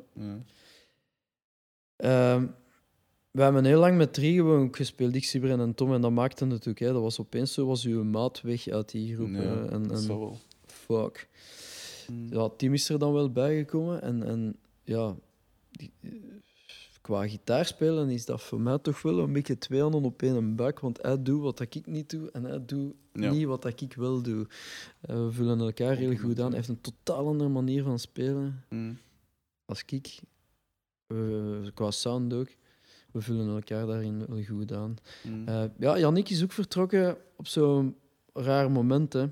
We hebben heel lang met 3 gewoon gespeeld, ik, Sibren en Tom, en dat maakte natuurlijk, dat was opeens zo, was uw maat weg uit die groep. Ja, dat zou wel. Fuck. Ja, Tim is er dan wel bijgekomen en ja... Qua gitaarspelen is dat voor mij toch wel een beetje 2 handen op één buik, want hij doet wat ik niet doe en hij doet niet wat ik wel doe. We vullen elkaar heel goed aan. Hij heeft een totaal andere manier van spelen als ik. Qua sound ook. We vullen elkaar daarin wel goed aan. Yannick is ook vertrokken op zo'n raar moment. Hè.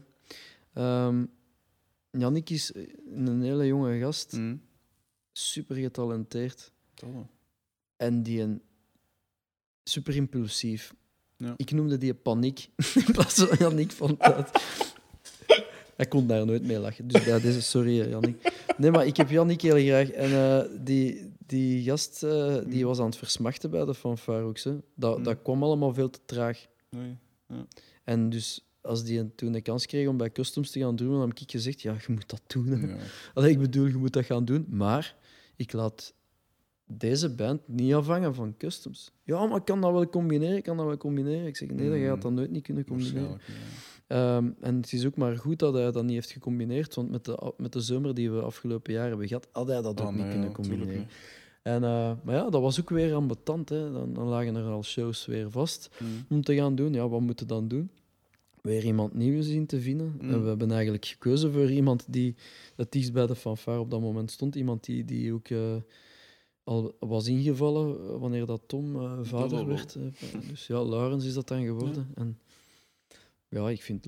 Yannick is een hele jonge gast. Super getalenteerd. En die super impulsief. Ja. Ik noemde die paniek in plaats van Yannick van tijd. Hij kon daar nooit mee lachen. Dus bij deze, sorry Yannick. Nee, maar ik heb Yannick heel graag. En die gast die was aan het versmachten bij de fanfare ook. Dat kwam allemaal veel te traag. Nee. Ja. En dus als die toen de kans kreeg om bij Customs te gaan doen, dan heb ik gezegd, ja, je moet dat doen. Ja. Allee, ik bedoel, je moet dat gaan doen. Maar ik laat deze band niet afhangen van Customs. Ja, maar ik kan dat wel combineren. Ik zeg, nee, dat gaat dat nooit niet kunnen combineren. En het is ook maar goed dat hij dat niet heeft gecombineerd, want met de zomer die we afgelopen jaren hebben gehad, had hij dat ook niet kunnen combineren. Niet. Maar ja, dat was ook weer ambetant. Hè. Dan lagen er al shows weer vast om te gaan doen. Ja, wat moeten we dan doen? Weer iemand nieuw zien te vinden. En we hebben eigenlijk gekozen voor iemand die het dichtst bij de fanfare op dat moment stond. Iemand die ook al was ingevallen wanneer dat Tom vader werd. Dus ja, Laurens is dat dan geworden. Ja. En ja, ik vind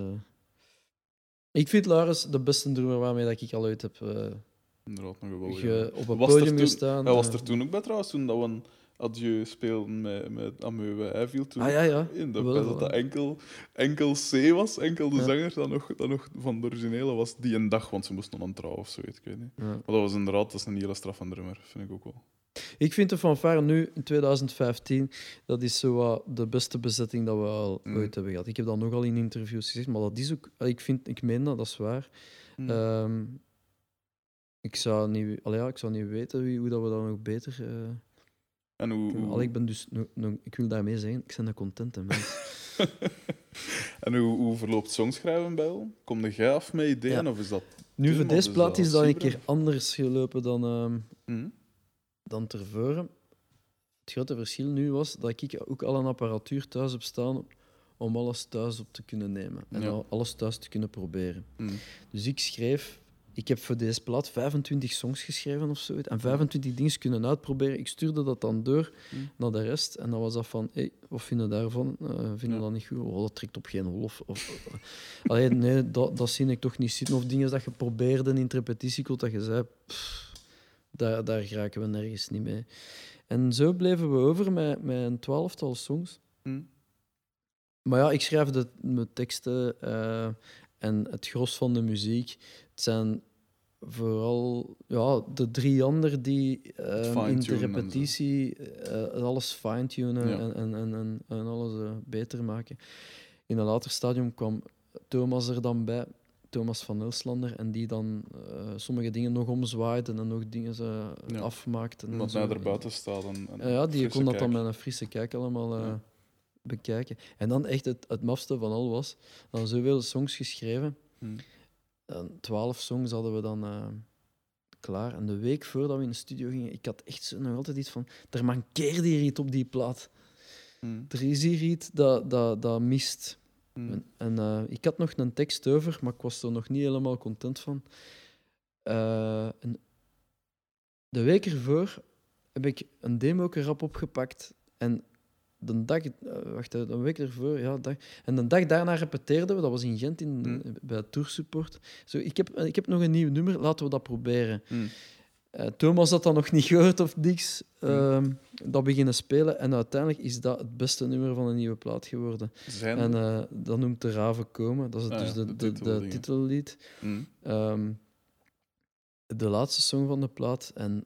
Laurens de beste drummer waarmee dat ik al uit heb inderdaad, nog geweldig. Op een podium gestaan. Hij was er toen ook bij trouwens, toen dat we een adieu speelden met Ameuwe. Hij viel toen in de best dat enkel C was, enkel de zanger, dat nog van de originele was die een dag, want ze moesten nog een trouw of zoiets, ik weet niet. Ja. Maar dat was inderdaad, dat is een hele straf van drummer, vind ik ook wel. Ik vind de fanfare nu, in 2015, dat is zo de beste bezetting dat we al ooit hebben gehad. Ik heb dat nogal in interviews gezegd, maar dat is ook... Ik meen dat is waar. Ik zou niet weten hoe dat we dat nog beter... En hoe... Ik ben dus... ik wil daarmee zeggen, ik ben een contente mens. En hoe verloopt songschrijven bij jou? Kom jij af met ideeën Ja. of is dat... Nu, voor Tim, deze of plaat dat is dat een Sybren? keer anders gelopen Mhm. dan tevoren. Het grote verschil nu was dat ik ook al een apparatuur thuis heb staan om alles thuis op te kunnen nemen en Ja. alles thuis te kunnen proberen. Mhm. Dus ik heb voor deze plaat 25 songs geschreven of zoiets en 25 dingen kunnen uitproberen. Ik stuurde dat dan door naar de rest en dan was dat van, hey, wat vinden daarvan? Vinden dat niet goed? Oh, dat trekt op geen hol. Allee, nee, dat zie ik toch niet zitten. Of dingen dat je probeerde in het repetitiecode, dat je zei, pff, daar geraken we nergens niet mee. En zo bleven we over met een 12-tal songs. Mhm. Maar ja, ik schrijf mijn teksten en het gros van de muziek. Het zijn vooral de 3 anderen die in de fine-tunen en repetitie alles fine-tunen Ja. en alles beter maken. In een later stadium kwam Thomas er dan bij, Thomas van Elslander, en die dan sommige dingen nog omzwaaide en nog dingen Ja. afmaakte. Omdat hij er buiten staat. En Ja, die frisse kon dat dan kijk. met een frisse kijk allemaal Ja. bekijken. En dan echt het mafste van al was, we hadden zoveel songs geschreven. Mhm. 12 songs hadden we dan klaar. En de week voordat we in de studio gingen, ik had echt nog altijd iets van, er mankeerde hier iets op die plaat. Mhm. Er is hier iets dat mist. Mhm. En ik had nog een tekst over, maar ik was er nog niet helemaal content van. En de week ervoor heb ik een demo rap opgepakt en een week ervoor, ja, en de dag daarna repeteerden we, dat was in Gent bij het Toursupport. Zo, ik heb nog een nieuw nummer, laten we dat proberen. Mhm. Thomas had dat nog niet gehoord of niks, dat beginnen spelen en uiteindelijk is dat het beste nummer van een nieuwe plaat geworden. Zijn En er? dat noemt De Raven Komen, dat is Ah dus ja, de titeldingen. titellied. Mhm. De laatste song van de plaat. En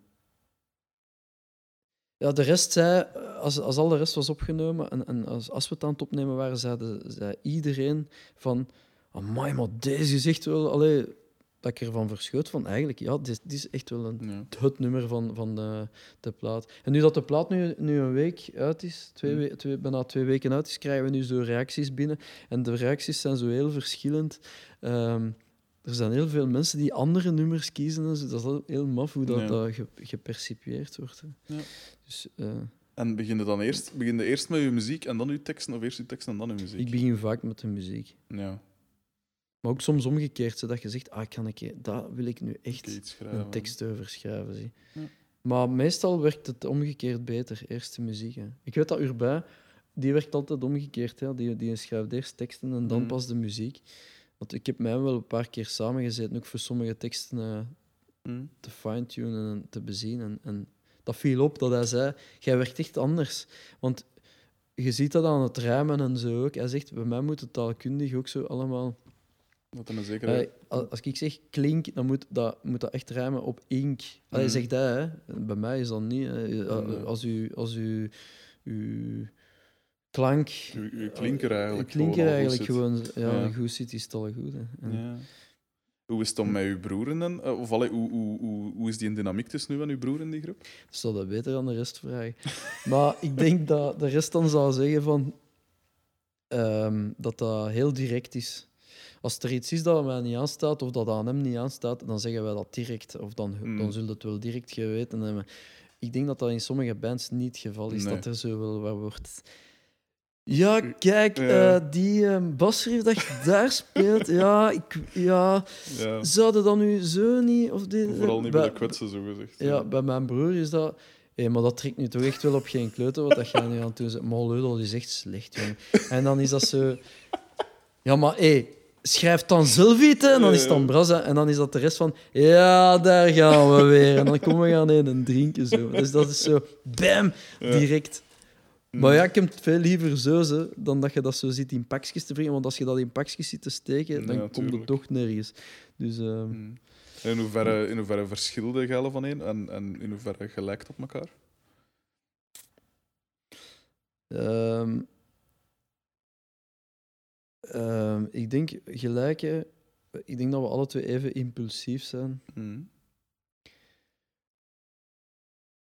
ja, de rest zei, als al de rest was opgenomen en als we het aan het opnemen waren, zei iedereen van, amai, maar deze is echt wel... Allee, dat ik ervan verschoot van, eigenlijk, ja, dit is echt wel Ja. het nummer van de plaat. En nu dat de plaat nu een week uit is, bijna 2 weken uit is, krijgen we nu zo reacties binnen. En de reacties zijn zo heel verschillend. Er zijn heel veel mensen die andere nummers kiezen. En zo. Dat is heel maf hoe dat gepercipieerd wordt. Hè. Ja. Dus, En begin je eerst met je muziek en dan je teksten, of eerst je teksten en dan je muziek? ik begin vaak met de muziek. Ja, Maar ook soms omgekeerd, zodat je zegt, dat wil ik nu echt iets schrijven. een tekst over schrijven. Zie. Ja. Maar meestal werkt het omgekeerd beter. Eerst de muziek. Hè. Ik weet dat Urbain, die werkt altijd omgekeerd. Hè. Die schrijft eerst teksten en dan pas de muziek. Want ik heb mij wel een paar keer samengezeten, ook voor sommige teksten te fine-tunen en te bezien. En dat viel op dat hij zei, jij werkt echt anders. Want je ziet dat aan het rijmen en zo ook. Hij zegt, bij mij moet het taalkundig ook zo allemaal... Dat is een zekere... Als ik zeg klink, dan moet dat echt rijmen op ink. Allee, zegt hij, hè. Bij mij is dat niet. Hè. Als u klank... Je klinker eigenlijk. Gewoon goed zit, is het al goed. Hè. Ja. Hoe is het dan met uw broeren dan? Of hoe is die dynamiek tussen u en uw broer in die groep? Ik zou dat beter aan de rest vragen. Maar ik denk dat de rest dan zou zeggen van, dat heel direct is. Als er iets is dat mij niet aanstaat of dat aan hem niet aanstaat, dan zeggen wij dat direct. Of dan zullen we het wel direct geweten hebben. Ik denk dat dat in sommige bands niet het geval is, dat er zo wel wat wordt... Ja, kijk, die basriff dat je daar speelt, zouden dan nu zo niet... Of Vooral niet bij de kwetsen, zo gezegd. Ja, bij mijn broer is dat... maar dat trekt nu toch echt wel op geen kleuter, wat dat jij nu aan het doen bent. Maar dat is echt slecht, jongen. En dan is dat zo... Ja, maar schrijf dan zelf iets, hè. En dan is het dan bras, hè. En dan is dat de rest van... Ja, daar gaan we weer. En dan komen we gaan een drinken, zo. Dus dat is zo... Bam! Direct. Maar ja, ik heb het veel liever zo, dan dat je dat zo zit in pakjes te brengen. Want als je dat in pakjes zit te steken, dan komt het toch nergens. Dus... In hoeverre verschillen jij van een en in hoeverre gelijkt op elkaar? Ik denk gelijke. Ik denk dat we alle twee even impulsief zijn.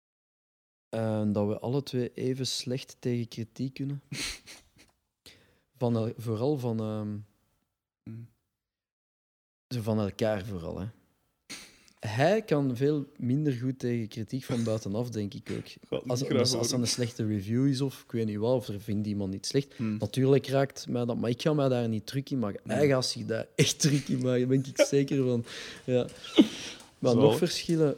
En dat we alle twee even slecht tegen kritiek kunnen. Vooral Mm. van elkaar vooral. Hè. Hij kan veel minder goed tegen kritiek van buitenaf, denk ik ook. Gaat niet Als graag er horen. een slechte review is of ik weet niet wat, of er vindt iemand niet slecht, Mm. natuurlijk raakt mij dat, maar ik ga mij daar niet druk in maken. Hij gaat zich daar echt druk in maken, daar ben ik zeker van. Ja. Maar Zal. nog verschillen.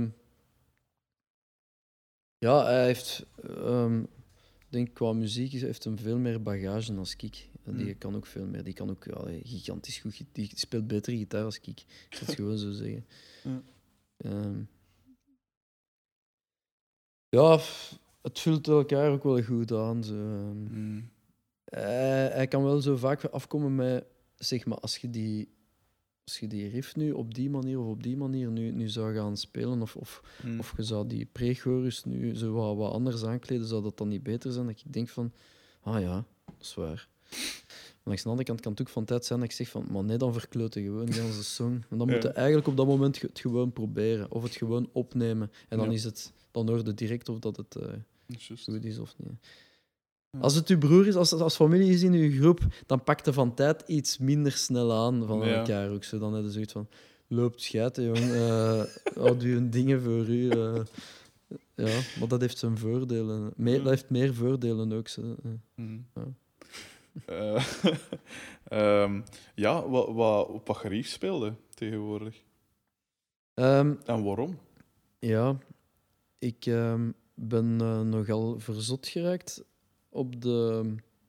Ja, hij heeft, denk ik, qua muziek heeft hem veel meer bagage dan ik. Die kan ook veel meer. Die kan ook gigantisch goed. Die speelt beter gitaar als ik. Ik zal het gewoon zo zeggen. Ja. Ja, het vult elkaar ook wel goed aan. Zo. Mm. Hij kan wel zo vaak afkomen met, zeg maar, als je die riff nu op die manier of op die manier nu zou gaan spelen, of je zou die pre-chorus nu zo wat anders aankleden, zou dat dan niet beter zijn? Dat ik denk van, ah ja, dat is waar. Maar langs de andere kant kan het ook van tijd zijn dat ik zeg van, maar nee, dan verkloten gewoon die hele song. En dan moet je eigenlijk op dat moment het gewoon proberen, of het gewoon opnemen. En dan dan hoor je direct of dat het goed is of niet. Als het uw broer is, als familie is in uw groep, dan pakt je van tijd iets minder snel aan van elkaar ook. Zo. Dan hebben ze zoiets van, loopt schijten, jong. Houd uw dingen voor u. Ja, maar dat heeft zijn voordelen. Dat heeft meer voordelen ook. Zo. Ja, op wat gerief speelde tegenwoordig. En waarom? Ja, ik ben nogal verzot geraakt op de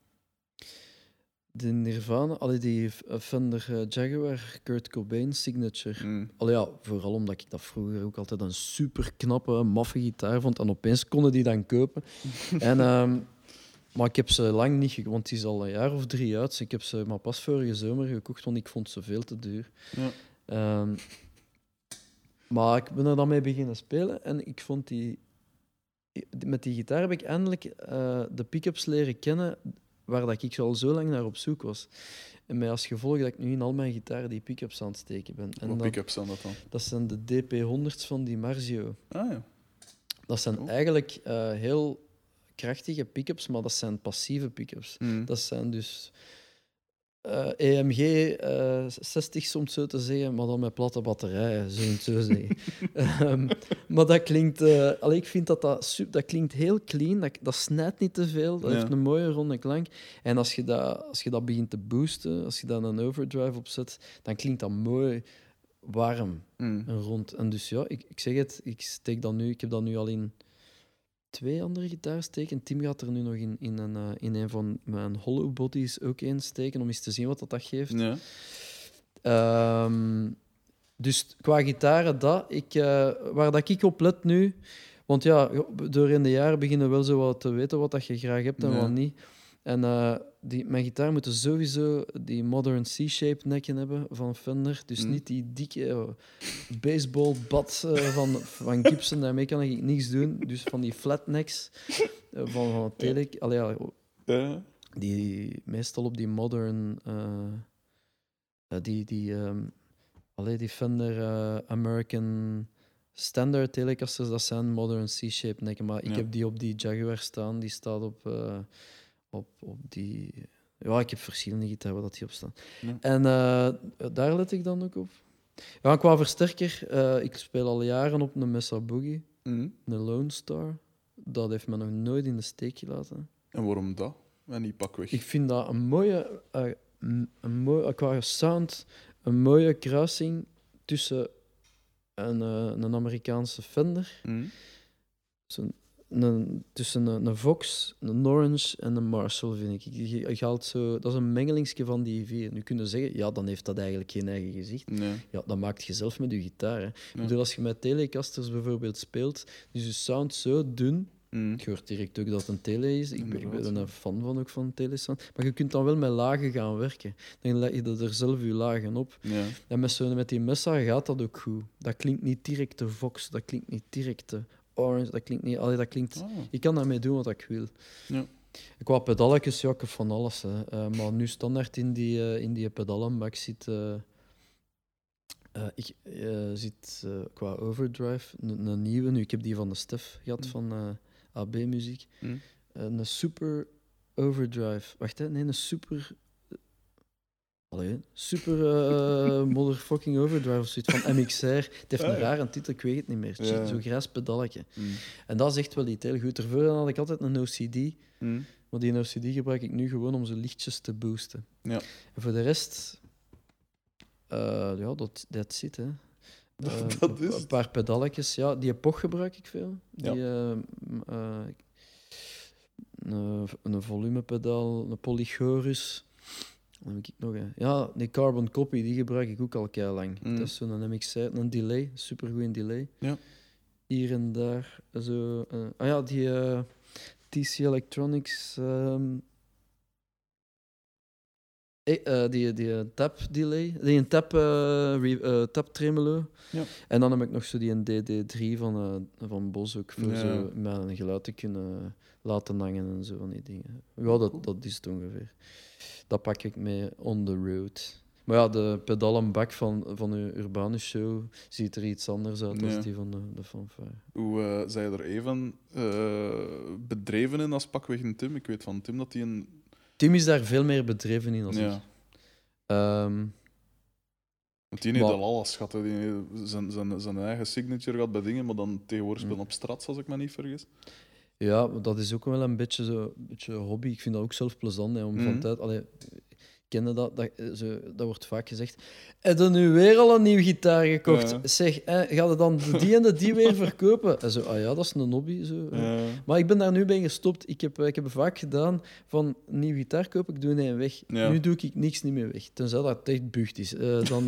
Nirvana, die Fender Jaguar Kurt Cobain Signature. Vooral omdat ik dat vroeger ook altijd een super knappe, maffe gitaar vond. En opeens konden die dan kopen. Maar ik heb ze lang niet gekocht, want die is al een jaar of 3 uit. Dus ik heb ze maar pas vorige zomer gekocht, want ik vond ze veel te duur. Ja. Maar ik ben er dan mee beginnen spelen en ik vond met die gitaar heb ik eindelijk de pick-ups leren kennen waar dat ik al zo lang naar op zoek was. En met als gevolg dat ik nu in al mijn gitaren die pick-ups aan het steken ben. En wat pick-ups zijn dat dan? Dat zijn de DP100's van die Marzio. Ah ja. Dat zijn eigenlijk heel krachtige pick-ups, maar dat zijn passieve pick-ups. Dat zijn dus EMG 60, om het zo te zeggen, maar dan met platte batterijen, zo het zo zeggen. Maar dat klinkt... ik vind dat klinkt heel clean, dat snijdt niet te veel, dat heeft een mooie ronde klank. En als je dat begint te boosten, als je daar een overdrive op zet, dan klinkt dat mooi warm en rond. En dus ja, ik zeg het, ik heb dat nu al in 2 andere gitaars steken. Tim gaat er nu nog in een van mijn hollow bodies ook één steken, om eens te zien wat dat geeft. Ja. Dus qua gitaren, waar dat ik op let nu... Want ja, door in de jaren beginnen wel zo wat te weten wat dat je graag hebt en wat niet. En mijn gitaar moeten sowieso die modern C-shape nekken hebben van Fender. Dus niet die dikke baseballbat van Gibson. Daarmee kan ik niks doen. Dus van die flat necks van Telek. Die meestal op die modern... die Fender American Standard Telecasters, dat zijn modern C-shape nekken. Maar ik heb die op die Jaguar staan. Die staat op die... Ja, ik heb verschillende gitaren waar die op staan. Ja. En daar let ik dan ook op. Ja, qua versterker, ik speel al jaren op een Mesa Boogie, een Lone Star. Dat heeft me nog nooit in de steek gelaten. En waarom dat? En die pak weg. Ik vind dat een mooie qua sound, een mooie kruising tussen een Amerikaanse Fender, tussen een Vox, een Orange en een Marshall, vind ik. Je haalt zo, dat is een mengelingsje van die vier. Nu kun je zeggen, ja, dan heeft dat eigenlijk geen eigen gezicht. Nee. Ja, dat maakt je zelf met je gitaar. Hè. Ik bedoel, als je met Telecasters bijvoorbeeld speelt, is je sound zo dun. Je hoort direct ook dat het een tele is. Ik ben een fan van, ook van telesound. Maar je kunt dan wel met lagen gaan werken. Dan leg je er zelf je lagen op. Ja. En met die Mesa gaat dat ook goed. Dat klinkt niet direct de Vox, dat klinkt niet direct de Orange, dat klinkt niet... dat klinkt... Ik kan daarmee doen wat ik wil. Ja. Qua pedalletjes, ja, ik heb van alles. Hè. Maar nu standaard in die pedalenbak zit... ik zit qua overdrive een nieuwe. Nu, ik heb die van de Stef gehad, van... AB-muziek. Een super Overdrive. Wacht, hè. Nee, een super... Allee, super motherfucking Overdrive of zoiets van MXR. Het heeft een rare titel, ik weet het niet meer. Ja. Zo'n grijs pedalletje. Mm. En dat is echt wel iets heel goed. Ervoor had ik altijd een OCD. Mm. Maar die OCD gebruik ik nu gewoon om ze lichtjes te boosten. Ja. En voor de rest... ja, dat zit, hè. Dat is een het. paar pedalletjes. Ja, die epoch gebruik ik veel. Ja. Een volumepedaal, een Polychorus. Dan heb ik nog een. Ja, die Carbon Copy, die gebruik ik ook al lang. Mm. Dat is zo'n MXR, een delay, supergoeie delay. Ja. Hier en daar. Zo, die TC Electronics. Die tap delay, die tap tremolo. Ja. En dan heb ik nog zo die een DD3 van Bos ook voor Ja. zo met een geluid te kunnen laten hangen en zo van die dingen. Ja, dat is het ongeveer. Dat pak ik mee on the road. Maar ja, de pedalenbak van de Urbanus Show ziet er iets anders uit dan die van de fanfare. Hoe zei je er even bedreven in als pakweg een Tim? Ik weet van Tim dat hij een... Tim is daar veel meer bedreven in dan ik. Want die heeft al alles gehad. Die heeft zijn eigen signature gehad bij dingen, maar dan tegenwoordig spelen op straat, als ik me niet vergis. Ja, maar dat is ook wel een beetje hobby. Ik vind dat ook zelf plezant, hè, om van tijd... Allee, kende dat wordt vaak gezegd. Heb je nu weer al een nieuwe gitaar gekocht? Ja. Zeg, ga je dan die en die weer verkopen? En zo, ja, dat is een hobby. Zo. Ja. Maar ik ben daar nu bij gestopt. Ik heb vaak gedaan van een nieuwe gitaar kopen, ik doe een weg. Ja. Nu doe ik niks niet meer weg. Tenzij dat het echt bucht is.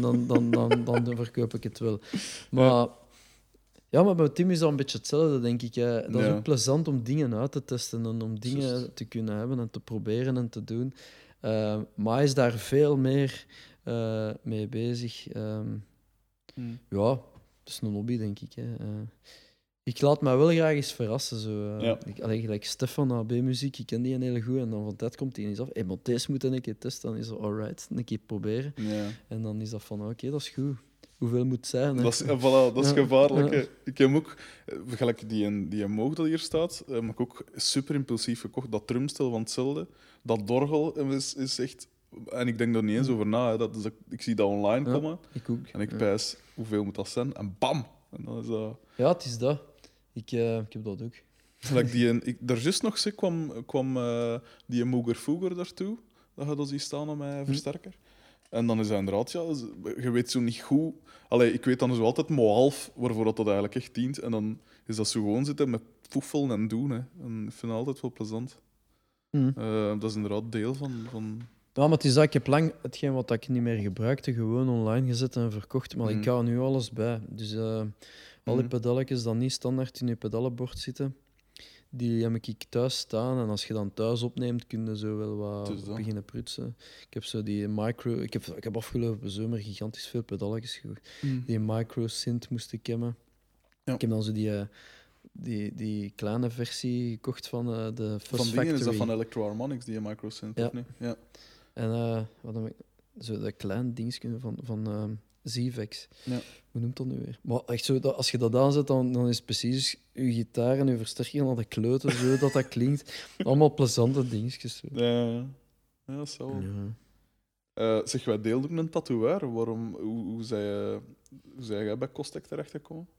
Dan verkoop ik het wel. Maar... Ja, maar bij Tim is dat een beetje hetzelfde, denk ik. Hè. Dat is ook plezant om dingen uit te testen en om dingen te kunnen hebben en te proberen en te doen. Maar hij is daar veel meer mee bezig. Ja, het is een hobby, denk ik. Hè. Ik laat me wel graag eens verrassen. Zo. Gelijk Stefan AB-muziek, ik ken die een hele goed. En dan van tijd komt hij eens af. Hey, maar deze moet een keer testen. Dan is het alright, een keer proberen. Ja. En dan is dat van, oké, dat is goed. Hoeveel moet het zijn? Hè? Dat is gevaarlijk. Ja. Hè. Ik heb ook, gelijk die Moog dat hier staat, heb ik ook super impulsief gekocht. Dat drumstel van hetzelfde, dat dorgel is echt... En ik denk er niet eens over na. Hè. Ik zie dat online komen. Ik ook. En ik pijs, hoeveel moet dat zijn? En bam! En dan is dat... Ja, het is dat. Ik heb dat ook. Daar juist nog eens kwam die Mooger Fooger daartoe. Dat gaat ons hier staan op mijn versterker. En dan is hij inderdaad, je weet zo niet goed... Allee, ik weet dan zo altijd maar half waarvoor dat eigenlijk echt dient. En dan is dat zo gewoon zitten met foefelen en doen. Hè. En ik vind het altijd wel plezant. Dat is inderdaad deel van... Ja, maar het is dat, ik heb lang hetgeen wat ik niet meer gebruikte, gewoon online gezet en verkocht. Maar ik hou nu alles bij. Dus al die pedalletjes die niet standaard in je pedalenbord zitten, die heb ik thuis staan. En als je dan thuis opneemt, kun je zo wel wat beginnen prutsen. Ik heb zo die micro... Ik heb afgelopen zomer gigantisch veel pedalletjes gekocht. Die micro synth moest ik hebben. Ja. Ik heb dan zo die kleine versie gekocht van de Fuzz Factory. Van is dat van Electro Harmonix, die micro synth, of niet? Ja. En wat heb ik... Zo dat klein dingetje van Zvex. Ja. Hoe noemt dat nu weer? Maar echt zo, als je dat aanzet, dan is precies je gitaar en je versterker aan de kloten, zo dat klinkt. Allemaal plezante dingetjes. Zo. Ja, zo. Ja. Zeg, wij deelden ook een tatoeëur. Hoe zei jij bij Kostek terechtgekomen?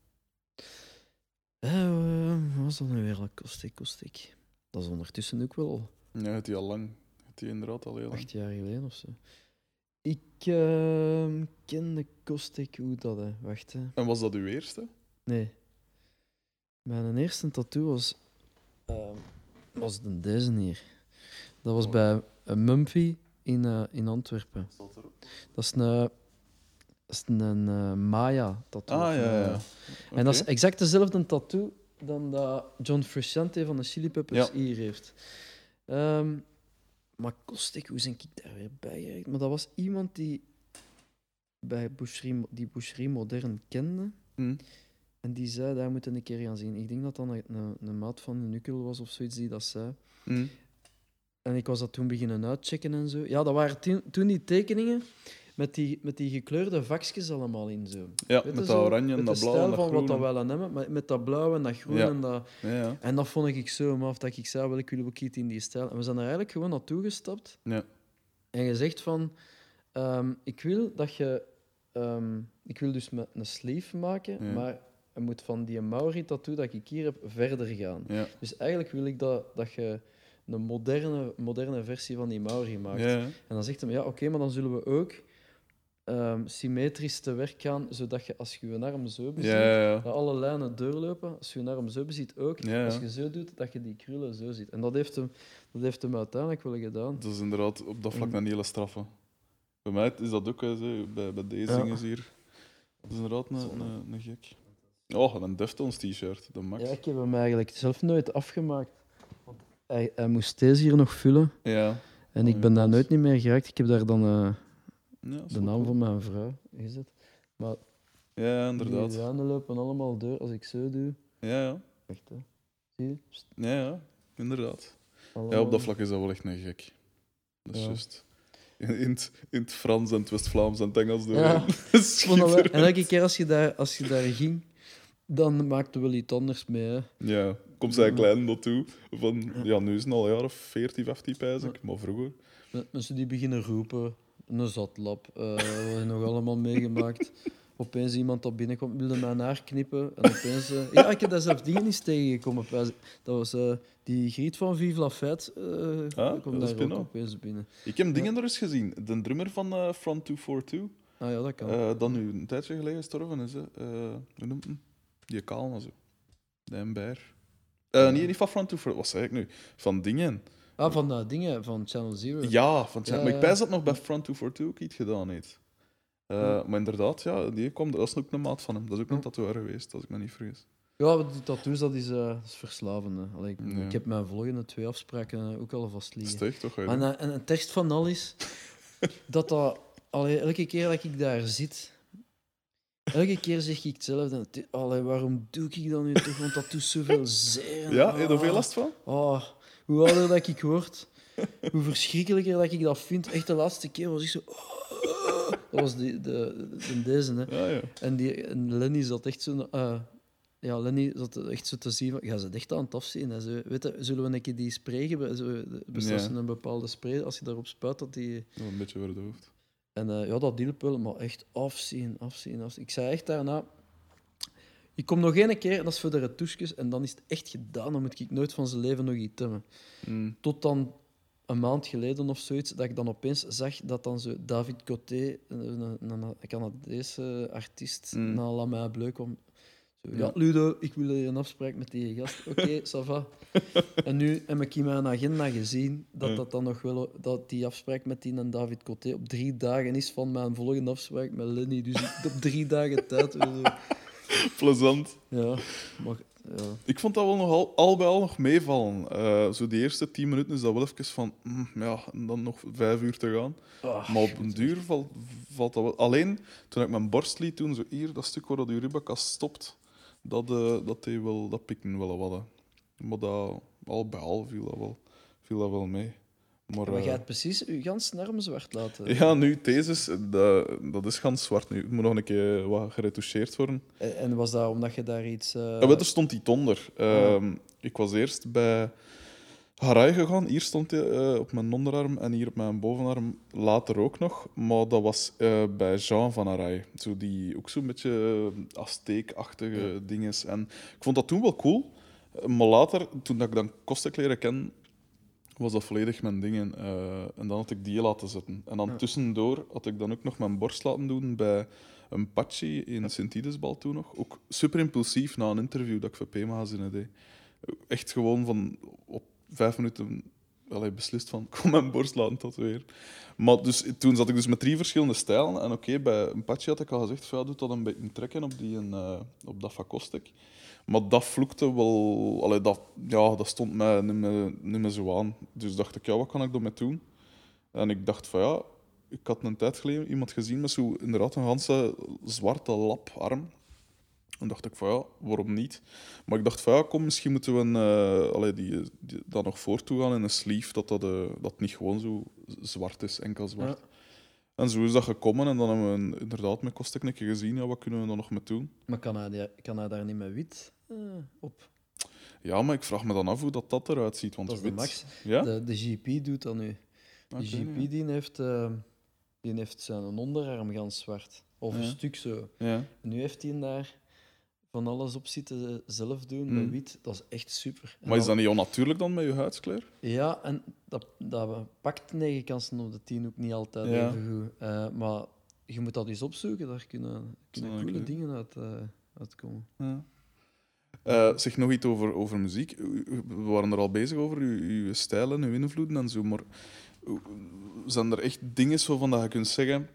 Wat was dat nu weer? Kostek. Dat is ondertussen ook wel... Ja, het is al lang. Het is inderdaad al heel lang. 8 jaar geleden of zo. Ik kende Kostek, hoe dat, hè. Wacht, hè. En was dat uw eerste? Nee. Mijn eerste tattoo was deze hier. Dat was bij Mumphy in Antwerpen. Dat is een Maya-tattoo. Ja. En dat is exact dezelfde tattoo dan dat John Frusciante van de Chili Peppers hier heeft. Maar Kostek, hoe ben ik daar weer bij geraakt? Maar dat was iemand die bij Boucherie Modern kende. En die zei, daar moeten we een keer gaan zien. Ik denk dat dat een maat van een Nukkel was of zoiets die dat zei. En ik was dat toen beginnen uitchecken en zo. Ja, dat waren toen die tekeningen met die gekleurde vakjes allemaal in zo. Ja, Weet je met zo? dat oranje en Met dat de blauw stijl en dat van wat dat groen. wij dan hebben, met dat blauw en dat groen Ja. en dat... Ja. En dat vond ik zo maf, dat ik zei, wel, ik wil ook iets in die stijl. En we zijn er eigenlijk gewoon naartoe gestapt. Ja. En je zegt van, ik wil dat je... ik wil dus met een sleeve maken, Ja. maar je moet van die Maori-tattoo dat ik hier heb verder gaan. Ja. Dus eigenlijk wil ik dat je een moderne versie van die Maori maakt. Ja. En dan zegt hij, ja, oké, maar dan zullen we ook symmetrisch te werk gaan, zodat je als je je arm zo beziet, Ja. dat alle lijnen doorlopen. Als je je arm zo beziet ook, Ja. als je zo doet, dat je die krullen zo ziet. En dat heeft hem uiteindelijk wel gedaan. Dat is inderdaad op dat vlak een hele straffe. Bij mij is dat ook, hè, zo, bij deze Ja. dingen hier. Dat is inderdaad een gek. Oh, een Deftones t-shirt, de max. Ja, ik heb hem eigenlijk zelf nooit afgemaakt. Want hij moest deze hier nog vullen. Ja. En ik ben daar nooit niet meer geraakt. Ik heb daar dan Ja, dat is de wel naam cool. van mijn vrouw gezet. Maar Ja, inderdaad. die lijnen lopen allemaal door als ik zo doe. Ja. Echt, hè. Zie je? Pst, Ja, inderdaad. Ja, allemaal. op dat vlak is dat wel echt een gek. Dat is Ja. juist. In het Frans en het West-Vlaams en het Engels doorheen. Ja, Dat is Ik vond dat wel- En schitterend. elke keer als je daar ging, dan maakte wel iets anders mee. Hè. Ja, komt zij klein naartoe. Van, ja, nu is het al een jaar of 14, 15 pijs ik, maar vroeger. Mensen die beginnen roepen, een zatlap, wat heb je nog allemaal meegemaakt. Opeens iemand dat binnenkomt, wilde mijn haar knippen. En opeens... ja, ik heb daar zelf dingen eens tegengekomen. Dat was die griet van Vive la Fête. Komt dat is daar ook Pino. opeens binnen. Ik heb dingen er eens gezien. De drummer van Front 242, Ah ja, dat kan. dat nu een tijdje geleden gestorven is. Hè. Hoe noemt hem? Die kaal en zo. De Ember. Nee, niet van Front 242, wat zei ik nu? Van dingen. Van dingen, van Channel Zero. Ja, van Ja, maar ik ja. pijs dat nog bij Front 242 ook iets gedaan heeft. Ja. Maar inderdaad, ja, die kwam, dat is ook een maat van hem. Dat is ook een Ja. tatoeëer geweest, als ik me niet vergis. Ja, die tattoos, dat is verslavend. Hè. Allee, Ja. ik heb mijn volgende 2 afspraken ook al vast liggen. Steeg toch? En het tekst van al is dat allee, elke keer dat ik daar zit, elke keer zeg ik hetzelfde. Allee, waarom doe ik dat nu toch? Want dat doet zoveel zeer. Ja, heb je er veel last van? Oh, hoe ouder dat ik word, hoe verschrikkelijker dat ik dat vind. Echt de laatste keer was ik zo... Dat was deze, hè. Ja. En Lenny zat echt zo... Lenny zat echt zo te zien van... Ja, ze is echt aan het afzien. Hè. Zo, weet je, zullen we een keer die spray gebruiken? Bestaat Ja. een bepaalde spray, als je daarop spuit, dat die... Nog een beetje verdoofd. En dat hielp wel, maar echt afzien. Ik zei echt daarna... Ik kom nog één keer, en dat is voor de retouches, en dan is het echt gedaan. Dan moet ik nooit van zijn leven nog iets hebben. Mm. Tot dan een maand geleden of zoiets, dat ik dan opeens zag dat dan zo David Coté, een Canadese artiest, naar La Main Bleu kwam. Zo, ja, Ludo, ik wil hier een afspraak met die gast. Oké, ça va. En nu heb ik in mijn agenda gezien dat dan nog wel, dat die afspraak met die en David Coté op 3 dagen is van mijn volgende afspraak met Lenny. Dus op 3 dagen tijd. Plezant. Ja, maar... Ja. Ik vond dat wel nog al bij al nog meevallen. Zo de eerste 10 minuten is dat wel even van... ja, en dan nog 5 uur te gaan. Maar op een duur valt dat wel... Alleen, toen ik mijn borst liet doen, zo hier, dat stuk waar dat je ribbenkast stopt, dat pikte wel wat. Hè. Maar dat, al bij al viel dat wel mee. Maar, Maar jij hebt precies je ganse arm zwart laten. ja, nu, deze, dat is gans zwart nu. Het moet nog een keer wat geretoucheerd worden. En was dat omdat je daar iets... Ja, maar er stond iets onder. Ik was eerst bij Harai gegaan. Hier stond hij op mijn onderarm en hier op mijn bovenarm. Later ook nog. Maar dat was bij Jean van Harai. Zo die, ook zo'n beetje Azteek-achtige dingen. En ik vond dat toen wel cool. Maar later, toen ik dan Kostek leren kennen, was dat volledig mijn dingen. En dan had ik die laten zetten. En dan tussendoor had ik dan ook nog mijn borst laten doen bij een Pachi in Sint-Idesbal toen nog. Ook super impulsief na een interview dat ik voor P-magazine deed. Echt gewoon van op 5 minuten beslist van kom mijn borst laten tatoeëren. Maar dus, toen zat ik dus met 3 verschillende stijlen. En oké, bij een Pachi had ik al gezegd van, ja, doe dat een beetje trekken op dat van Kostek. Maar dat vloekte wel... dat stond mij niet meer zo aan. Dus dacht ik, ja, wat kan ik daarmee doen? En ik dacht van, ja... Ik had een tijd geleden iemand gezien met zo inderdaad een ganse zwarte laparm. En dacht ik van, ja, waarom niet? Maar ik dacht van, ja, kom, misschien moeten we dat nog voortdoen gaan in een sleeve, dat niet gewoon zo zwart is, enkel zwart. En zo is dat gekomen en dan hebben we inderdaad met Kostek een keer gezien, ja, wat kunnen we dan nog mee doen? Maar kan hij daar niet met wit op? Ja, maar ik vraag me dan af hoe dat eruit ziet, want Dat is de wit... max. Ja? De GP doet dat nu. De Oké, GP die heeft zijn onderarm gans zwart. Of een Ja. stuk zo. Ja. En nu heeft hij daar van alles op zitten zelf doen, met wit. Dat is echt super. En Maar is dan- dat niet onnatuurlijk dan met je huidskleur? Ja, en dat pakt 9 kansen op de 10 ook niet altijd Ja. even goed. Maar je moet dat eens opzoeken, daar kunnen Ah, coole oké. dingen uitkomen. Ja. Zeg nog iets over muziek. We waren er al bezig over uw stijl en uw invloeden en zo, maar zijn er echt dingen zo van dat je kunt zeggen...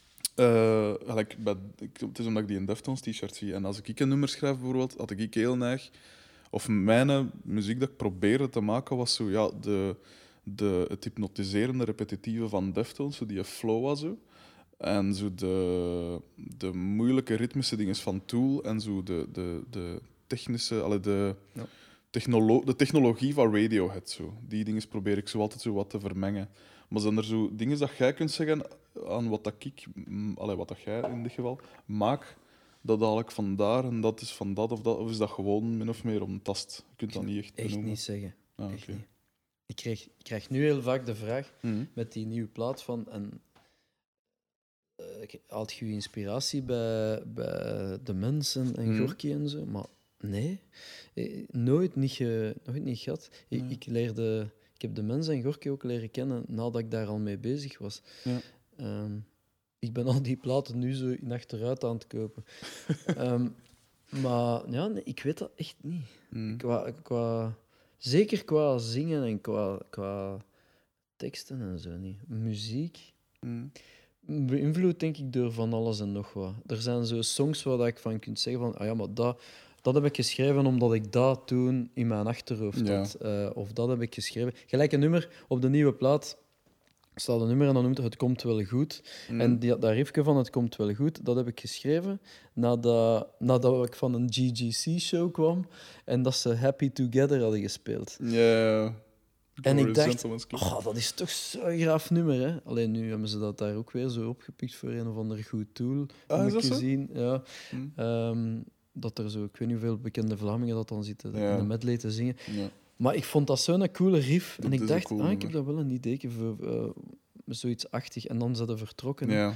het is omdat ik die in Deftones t-shirt zie. En als ik een nummer schrijf bijvoorbeeld, had ik heel neig... Of mijn muziek dat ik probeerde te maken was zo, ja, het hypnotiserende, repetitieve van Deftones, zo die flow was zo. En zo de moeilijke ritmische dingen van Tool en zo de technische, Ja. de technologie van Radiohead. Zo. Die dingen probeer ik zo altijd zo wat te vermengen. Maar zijn er zo dingen dat jij kunt zeggen aan wat dat wat dat jij in dit geval maak, dat haal ik van daar en dat is van dat, of is dat gewoon min of meer om tast? Je kunt dat niet echt Echt benoemen. niet zeggen. Ah, Echt oké. niet. Ik krijg nu heel vaak de vraag Mhm. met die nieuwe plaat van... haalt je inspiratie bij de mensen en Mhm. Gorky en zo? Maar nee, nooit niet gehad. Nee. Ik heb de mensen en Gorky ook leren kennen nadat ik daar al mee bezig was. Ja. Ik ben al die platen nu zo in achteruit aan het kopen. Maar ja, nee, ik weet dat echt niet. Mhm. Zeker qua zingen en qua teksten en zo niet. Muziek Mhm. beïnvloed denk ik door van alles en nog wat. Er zijn zo songs waar ik van kunt zeggen van, ah ja, maar dat heb ik geschreven omdat ik dat toen in mijn achterhoofd Ja. had. Of dat heb ik geschreven. Gelijk een nummer op de nieuwe plaat staat een nummer en dan noemt het Komt Wel Goed. Mhm. En dat riffje van Het Komt Wel Goed, dat heb ik geschreven nadat ik van een GGC-show kwam en dat ze Happy Together hadden gespeeld. Ja. En ik Glorious dacht, Gentleman's Club. oh, dat is toch zo'n graaf nummer, hè? Alleen nu hebben ze dat daar ook weer zo opgepikt voor een of ander goed tool. Ah, heb is ik dat zo? gezien. Ja. Mhm. Dat er zo, ik weet niet hoeveel bekende Vlamingen dat dan zitten Ja. in de medley te zingen. Ja. Maar ik vond dat zo'n coole riff. Dat En ik is een dacht, cool ik nummer. heb daar wel een idee voor zoiets achtig. En dan zijn ze vertrokken. Ja.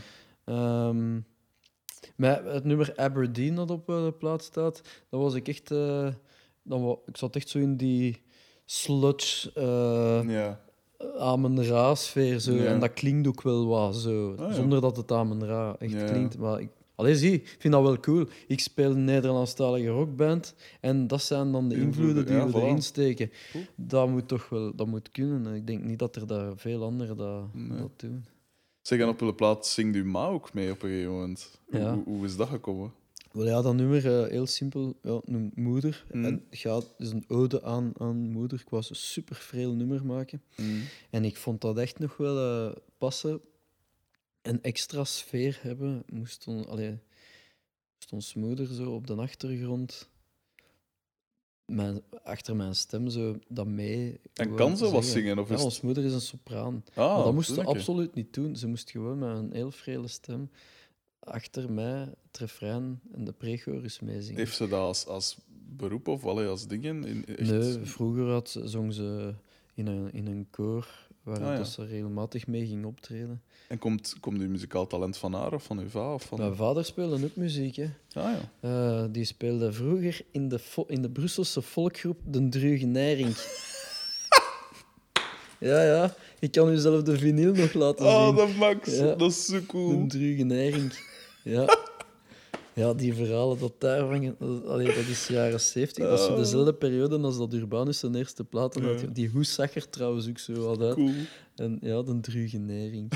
Maar het nummer Aberdeen dat op de plaat staat, dat was ik echt... ik zat echt zo in die sludge... Ja. Amen-Ra-sfeer. Zo. Ja. En dat klinkt ook wel wat zo. Ah, ja. Zonder dat het Amen-Ra echt Ja. klinkt. Maar allee, zie, ik vind dat wel cool. Ik speel een Nederlandstalige rockband en dat zijn dan de invloeden die Ja, we voilà. erin steken. Cool. Dat moet toch wel dat moet kunnen. En ik denk niet dat er daar veel anderen Nee. dat doen. Zeg, en op de plaat zingt uw ma ook mee op een gegeven moment. Ja. Hoe is dat gekomen? Wel ja, dat nummer, heel simpel, ja, noemt Moeder. Mm. En het is een ode aan Moeder. Ik wou een super vreel nummer maken. Mhm. En ik vond dat echt nog wel passen. Een extra sfeer hebben. Moest ons moeder zo op de achtergrond, achter mijn stem, zo dat mee. En gewoon kan ze wat zeggen. zingen? Of Ja, is het- ons moeder is een sopraan. Ah, Maar dat moest ze oké. absoluut niet doen. Ze moest gewoon met een heel frele stem achter mij het refrein en de pre-chorus meezingen. Heeft ze dat als beroep of als dingen? Echt... Nee, vroeger zong ze in een koor waar Ah, ja. dat ze regelmatig mee ging optreden. En komt uw muzikaal talent van haar of van uw va? Of van... Mijn vader speelde ook muziek, hè. Ah ja. Die speelde vroeger in de Brusselse volkgroep De Drugenering. ja, ik kan u zelf de vinyl nog laten zien. Oh, dat Max. Ja. Dat is zo De cool. Drugenering. Ja. Ja, die verhalen dat daar hangen, dat is jaren 70. Dat is zo dezelfde periode als dat Urbanus zijn eerste platen had. Ja. Die hoes zag er trouwens ook zo wat uit. Cool. En ja, De Drugenering.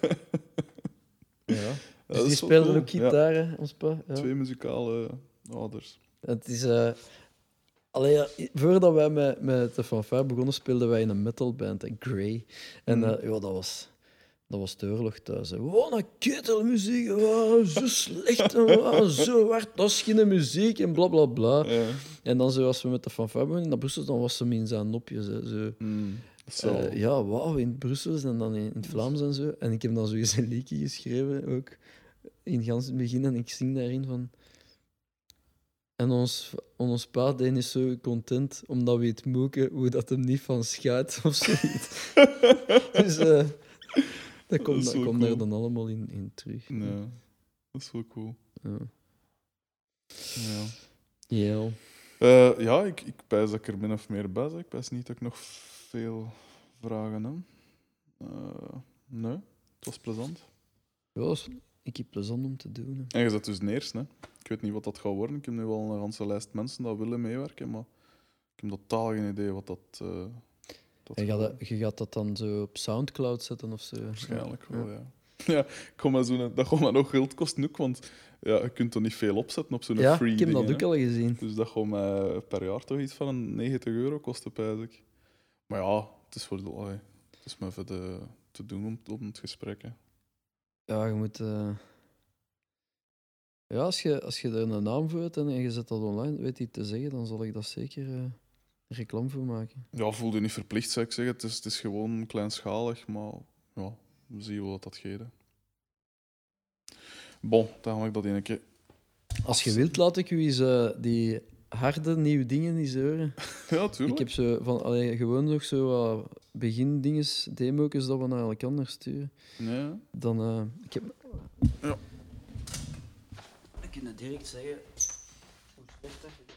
Ja. Dus dat die is wel speelde cool. ook gitaar, hè, ons pa. Ja. Twee muzikale ouders. Het is... voordat wij met de fanfare begonnen, speelden wij in een metalband, Grey. En ja, dat was de oorlog thuis. Hè. Wat een ketelmuziek, zo slecht, zo hard, dat is geen muziek en bla bla bla. Ja. En dan, als we met de fanfare begonnen naar Brussel, dan was ze hem in zijn nopjes. Hè, zo. Zo. Ja, wauw, in het Brussels en dan in het Vlaams en zo. En ik heb dan zo eens een liedje geschreven, ook in gans het begin. En ik zing daarin van... En ons pa die is zo content omdat we het moeken hoe dat hem niet van schuit of zoiets. Dus dat komt is wel komt cool. daar dan allemaal in terug. Ja, dat is wel cool. Ja. Ja. Ja. Ja, ik pijs dat ik er min of meer bij ben. Ik pijs niet dat ik nog veel vragen heb. Nee, het was plezant. Ja, ik heb plezant om te doen. Hè. En je zet dus neerst, hè. Ik weet niet wat dat gaat worden. Ik heb nu wel een ganse lijst mensen die willen meewerken, maar ik heb totaal geen idee wat dat En gaat worden. je gaat dat dan zo op Soundcloud zetten of zo? Waarschijnlijk wel, ja. Ja, dat gaat maar nog geld kosten ook, want ja, je kunt er niet veel opzetten op zo'n Ja, free ik heb ding, dat ook hè. al gezien. Dus dat gaat mij per jaar toch iets van een €90 kosten, pijs ik. Maar ja, het is voor het is maar voor te doen om het gesprek, hè. Ja, je moet... Ja, als je er een naam voor hebt en je zet dat online, weet je het te zeggen, dan zal ik dat zeker reclame voor maken. Ja, voel je niet verplicht, zou ik zeggen. Het is gewoon kleinschalig, maar ja, we zien wel wat dat geeft, hè. Bon, dan ga ik dat in een keer. Als je wilt, laat ik u eens die harde nieuwe dingen eens horen. Ja, Ik tuurlijk. heb zo van, gewoon nog zo wat begindinges, demo's dat we naar elkaar sturen. Ja. Dan, ik heb... Ja. Ik kan direct zeggen hoe slecht dat je